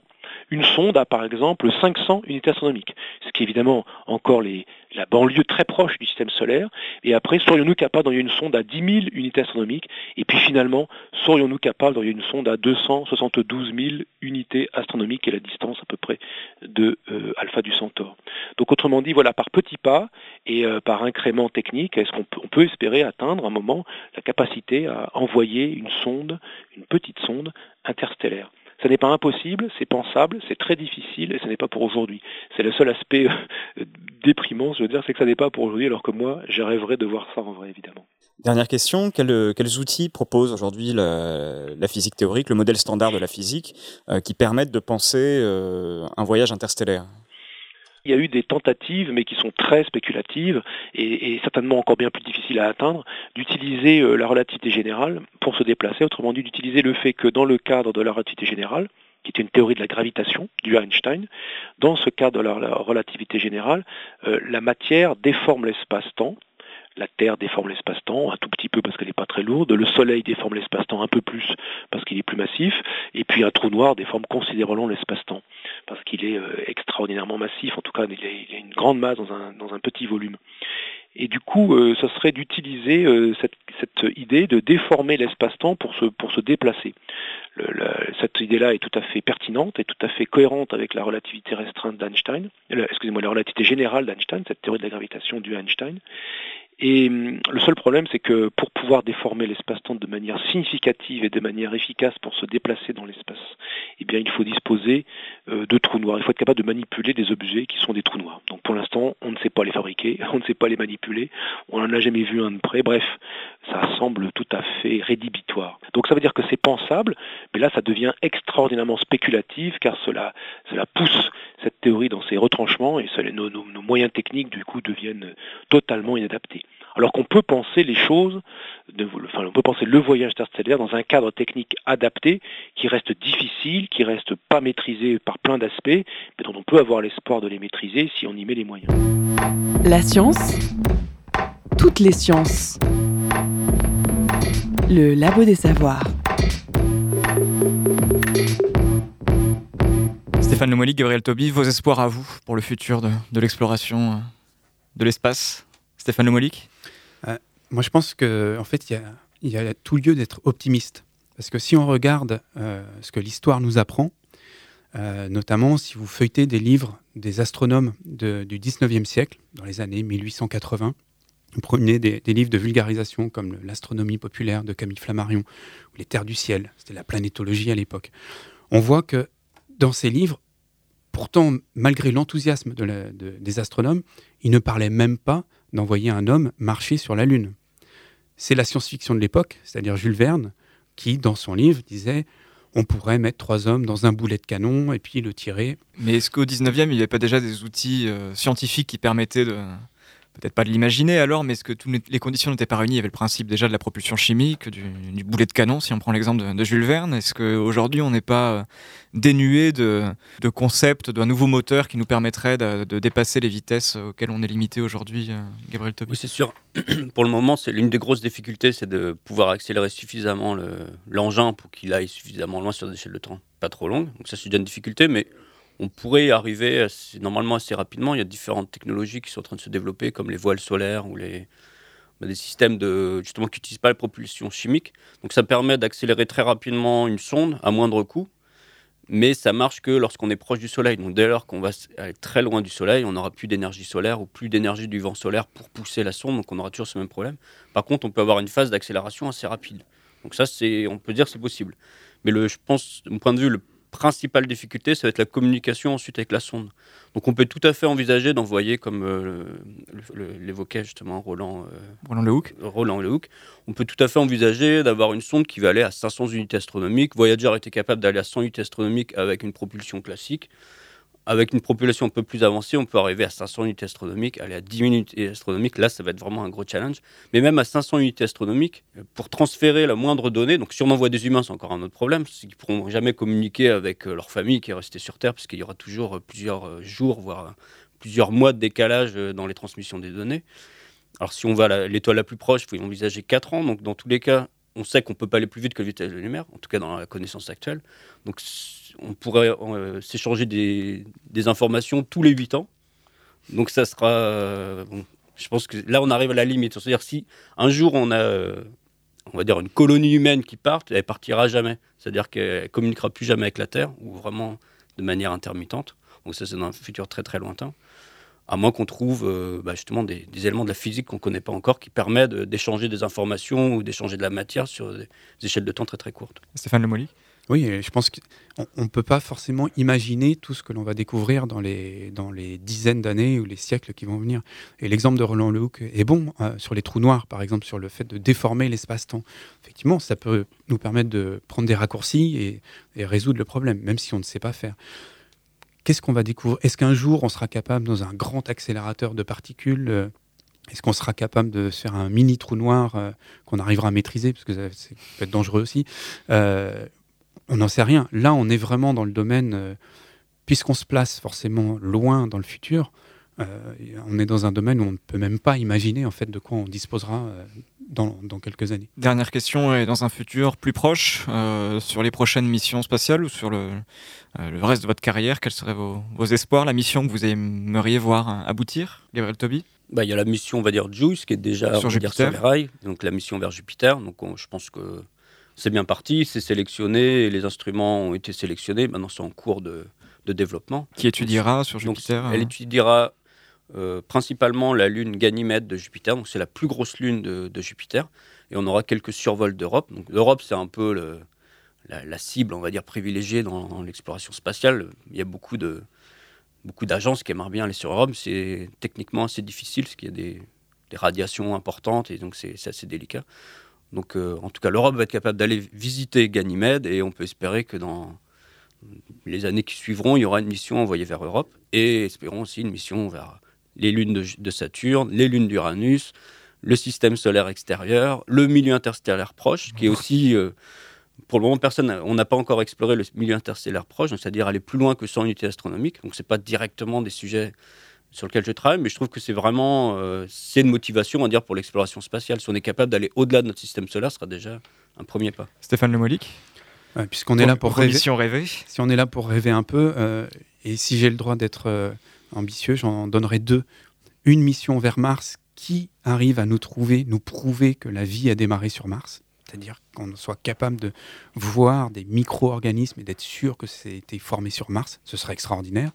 une sonde a par exemple cinq cents unités astronomiques, ce qui est évidemment encore les, la banlieue très proche du système solaire. Et après, serions-nous capables d'envoyer une sonde à dix mille unités astronomiques? Et puis finalement, serions-nous capables d'envoyer une sonde à deux cent soixante-douze mille unités astronomiques, qui est la distance à peu près de euh, Alpha du Centaure. Donc autrement dit, voilà, par petits pas et euh, par incrément technique, est-ce qu'on peut, on peut espérer atteindre à un moment la capacité à envoyer une sonde, une petite sonde interstellaire. Ça n'est pas impossible, c'est pensable, c'est très difficile et ce n'est pas pour aujourd'hui. C'est le seul aspect euh, déprimant, je veux dire, c'est que ça n'est pas pour aujourd'hui, alors que moi, je rêverais de voir ça en vrai, évidemment. Dernière question, quels, quels outils propose aujourd'hui la, la physique théorique, le modèle standard de la physique, euh, qui permettent de penser euh, un voyage interstellaire ? Il y a eu des tentatives, mais qui sont très spéculatives et, et certainement encore bien plus difficiles à atteindre, d'utiliser euh, la relativité générale pour se déplacer, autrement dit d'utiliser le fait que dans le cadre de la relativité générale, qui est une théorie de la gravitation du Einstein, dans ce cadre de la, la relativité générale, euh, la matière déforme l'espace-temps. La Terre déforme l'espace-temps un tout petit peu parce qu'elle n'est pas très lourde, le Soleil déforme l'espace-temps un peu plus parce qu'il est plus massif, et puis un trou noir déforme considérablement l'espace-temps parce qu'il est euh, extraordinairement massif, en tout cas il a, il a une grande masse dans un, dans un petit volume. Et du coup, euh, ce serait d'utiliser euh, cette, cette idée de déformer l'espace-temps pour se, pour se déplacer. Le, le, cette idée-là est tout à fait pertinente et tout à fait cohérente avec la relativité restreinte d'Einstein, euh, excusez-moi, la relativité générale d'Einstein, cette théorie de la gravitation du Einstein. Et le seul problème, c'est que pour pouvoir déformer l'espace-temps de manière significative et de manière efficace pour se déplacer dans l'espace, eh bien, il faut disposer euh, de trous noirs. Il faut être capable de manipuler des objets qui sont des trous noirs. Donc, pour l'instant, on ne sait pas les fabriquer, on ne sait pas les manipuler, on n'en a jamais vu un de près. Bref, ça semble tout à fait rédhibitoire. Donc, ça veut dire que c'est pensable, mais là, ça devient extraordinairement spéculatif, car cela, cela pousse cette théorie dans ses retranchements et ça, nos, nos, nos moyens techniques, du coup, deviennent totalement inadaptés. Alors qu'on peut penser les choses, de, enfin on peut penser le voyage interstellaire dans un cadre technique adapté qui reste difficile, qui reste pas maîtrisé par plein d'aspects, mais dont on peut avoir l'espoir de les maîtriser si on y met les moyens. La science, toutes les sciences. Le Labo des Savoirs. Stéphane Lemoylic, Gabriel Toby, vos espoirs à vous pour le futur de, de l'exploration de l'espace? Stéphane Lemoylic? Euh, moi, je pense qu'en en fait, il y, y a tout lieu d'être optimiste. Parce que si on regarde euh, ce que l'histoire nous apprend, euh, notamment si vous feuilletez des livres des astronomes de, du dix-neuvième siècle, dans les années mille huit cent quatre-vingts, vous prenez des, des livres de vulgarisation comme le, l'astronomie populaire de Camille Flammarion, ou les terres du ciel, c'était la planétologie à l'époque. On voit que dans ces livres, pourtant, malgré l'enthousiasme de la, de, des astronomes, ils ne parlaient même pas d'envoyer un homme marcher sur la Lune. C'est la science-fiction de l'époque, c'est-à-dire Jules Verne, qui, dans son livre, disait « on pourrait mettre trois hommes dans un boulet de canon et puis le tirer ». Mais est-ce qu'au dix-neuvième, il n'y avait pas déjà des outils euh, scientifiques qui permettaient de... peut-être pas de l'imaginer alors, mais est-ce que toutes les conditions n'étaient pas réunies? Il y avait le principe déjà de la propulsion chimique, du, du boulet de canon, si on prend l'exemple de, de Jules Verne. Est-ce qu'aujourd'hui, on n'est pas dénué de, de concepts, d'un nouveau moteur qui nous permettrait de, de dépasser les vitesses auxquelles on est limité aujourd'hui, euh, Gabriel Toby? Oui, c'est sûr. Pour le moment, c'est l'une des grosses difficultés, c'est de pouvoir accélérer suffisamment le, l'engin pour qu'il aille suffisamment loin sur des échelles de temps pas trop longues. Donc ça, c'est déjà une difficulté, mais on pourrait y arriver assez, normalement assez rapidement. Il y a différentes technologies qui sont en train de se développer, comme les voiles solaires ou les, bah, des systèmes de, justement, qui n'utilisent pas la propulsion chimique. Donc ça permet d'accélérer très rapidement une sonde à moindre coût, mais ça marche que lorsqu'on est proche du Soleil. Donc dès lors qu'on va aller très loin du Soleil, on n'aura plus d'énergie solaire ou plus d'énergie du vent solaire pour pousser la sonde, donc on aura toujours ce même problème. Par contre, on peut avoir une phase d'accélération assez rapide. Donc ça, c'est, on peut dire que c'est possible. Mais le, je pense, de mon point de vue, le principale difficulté, ça va être la communication ensuite avec la sonde. Donc on peut tout à fait envisager d'envoyer, comme euh, le, le, l'évoquait justement Roland, euh, Roland Lehoucq. Roland Lehoucq, on peut tout à fait envisager d'avoir une sonde qui va aller à cinq cents unités astronomiques. Voyager était capable d'aller à cent unités astronomiques avec une propulsion classique. Avec une population un peu plus avancée, on peut arriver à cinq cents unités astronomiques, aller à dix mille unités astronomiques. Là, ça va être vraiment un gros challenge. Mais même à cinq cents unités astronomiques, pour transférer la moindre donnée, donc si on envoie des humains, c'est encore un autre problème, c'est qu'ils ne pourront jamais communiquer avec leur famille qui est restée sur Terre, parce qu'il y aura toujours plusieurs jours, voire plusieurs mois de décalage dans les transmissions des données. Alors si on va à l'étoile la plus proche, il faut y envisager quatre ans. Donc dans tous les cas, on sait qu'on ne peut pas aller plus vite que la vitesse de la lumière, en tout cas dans la connaissance actuelle. Donc on pourrait euh, s'échanger des, des informations tous les huit ans. Donc ça sera... Euh, bon, je pense que là, on arrive à la limite. C'est-à-dire si un jour, on a euh, on va dire une colonie humaine qui part, elle partira jamais. C'est-à-dire qu'elle ne communiquera plus jamais avec la Terre, ou vraiment de manière intermittente. Donc ça, c'est dans un futur très très lointain. À moins qu'on trouve euh, bah justement des, des éléments de la physique qu'on ne connaît pas encore qui permettent de, d'échanger des informations ou d'échanger de la matière sur des, des échelles de temps très très courtes. Stéphane Le Molly ? Oui, je pense qu'on ne peut pas forcément imaginer tout ce que l'on va découvrir dans les, dans les dizaines d'années ou les siècles qui vont venir. Et l'exemple de Roland Lehoucq est bon euh, sur les trous noirs, par exemple, sur le fait de déformer l'espace-temps. Effectivement, ça peut nous permettre de prendre des raccourcis et, et résoudre le problème, même si on ne sait pas faire. Qu'est-ce qu'on va découvrir ? Est-ce qu'un jour, on sera capable, dans un grand accélérateur de particules, euh, est-ce qu'on sera capable de se faire un mini trou noir euh, qu'on arrivera à maîtriser ? Parce que ça, ça peut être dangereux aussi. Euh, on n'en sait rien. Là, on est vraiment dans le domaine, euh, puisqu'on se place forcément loin dans le futur, euh, on est dans un domaine où on ne peut même pas imaginer en fait, de quoi on disposera euh, dans, dans quelques années. Dernière question, est dans un futur plus proche, euh, sur les prochaines missions spatiales ou sur le, euh, le reste de votre carrière, quels seraient vos, vos espoirs, la mission que vous aimeriez voir hein, aboutir, Gabriel Toby ? Bah, y a la mission, on va dire, JUICE, qui est déjà sur, on va dire, sur les rails, donc la mission vers Jupiter. Donc on, je pense que c'est bien parti, c'est sélectionné, et les instruments ont été sélectionnés, maintenant c'est en cours de, de développement. Qui étudiera sur Jupiter donc, Elle étudiera euh, principalement la lune Ganymède de Jupiter, donc c'est la plus grosse lune de, de Jupiter, et on aura quelques survols d'Europe. Donc l'Europe, c'est un peu le, la, la cible, on va dire, privilégiée dans, dans l'exploration spatiale. Il y a beaucoup de... Beaucoup d'agences qui aimeraient bien aller sur Europe, c'est techniquement assez difficile parce qu'il y a des, des radiations importantes et donc c'est, c'est assez délicat. Donc euh, en tout cas, l'Europe va être capable d'aller visiter Ganymède et on peut espérer que dans les années qui suivront, il y aura une mission envoyée vers Europe et espérons aussi une mission vers les lunes de, de Saturne, les lunes d'Uranus, le système solaire extérieur, le milieu interstellaire proche qui est aussi... Euh, Pour le moment, personne, on n'a pas encore exploré le milieu interstellaire proche, donc c'est-à-dire aller plus loin que cent unités astronomiques. Donc, ce n'est pas directement des sujets sur lesquels je travaille, mais je trouve que c'est vraiment euh, c'est une motivation à dire, pour l'exploration spatiale. Si on est capable d'aller au-delà de notre système solaire, ce sera déjà un premier pas. Stéphane Le Molly ? Ouais, puisqu'on est là pour rêver, mission rêver. Si on est là pour rêver un peu, euh, et si j'ai le droit d'être euh, ambitieux, j'en donnerai deux. Une mission vers Mars qui arrive à nous trouver, nous prouver que la vie a démarré sur Mars. C'est-à-dire qu'on soit capable de voir des micro-organismes et d'être sûr que c'était formé sur Mars. Ce serait extraordinaire.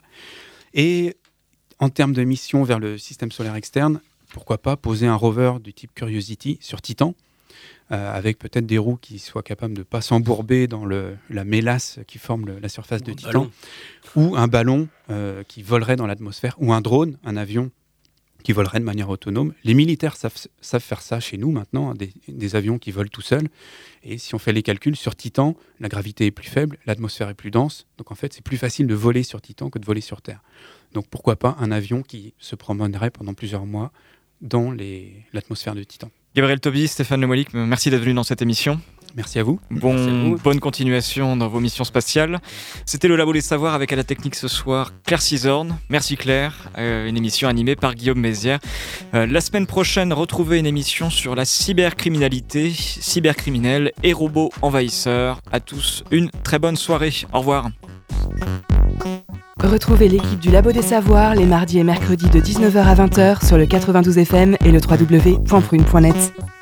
Et en termes de mission vers le système solaire externe, pourquoi pas poser un rover du type Curiosity sur Titan, euh, avec peut-être des roues qui soient capables de ne pas s'embourber dans le, la mélasse qui forme le, la surface de un Titan, ballon. Ou un ballon euh, qui volerait dans l'atmosphère, ou un drone, un avion qui volerait de manière autonome. Les militaires savent, savent faire ça chez nous maintenant, des, des avions qui volent tout seuls. Et si on fait les calculs, sur Titan, la gravité est plus faible, l'atmosphère est plus dense. Donc en fait, c'est plus facile de voler sur Titan que de voler sur Terre. Donc pourquoi pas un avion qui se promènerait pendant plusieurs mois dans les, l'atmosphère de Titan. Gabriel Toby, Stéphane Le Molly, merci d'être venu dans cette émission. Merci à vous. Bon, Merci à vous. Bonne continuation dans vos missions spatiales. C'était le Labo des Savoirs avec à la technique ce soir Claire Cisorne. Merci Claire, euh, une émission animée par Guillaume Mézières. Euh, la semaine prochaine, retrouvez une émission sur la cybercriminalité, cybercriminels et robots envahisseurs. À tous, une très bonne soirée. Au revoir. Retrouvez l'équipe du Labo des Savoirs les mardis et mercredis de dix-neuf heures à vingt heures sur le quatre-vingt-douze F M et le w w w point prune point net.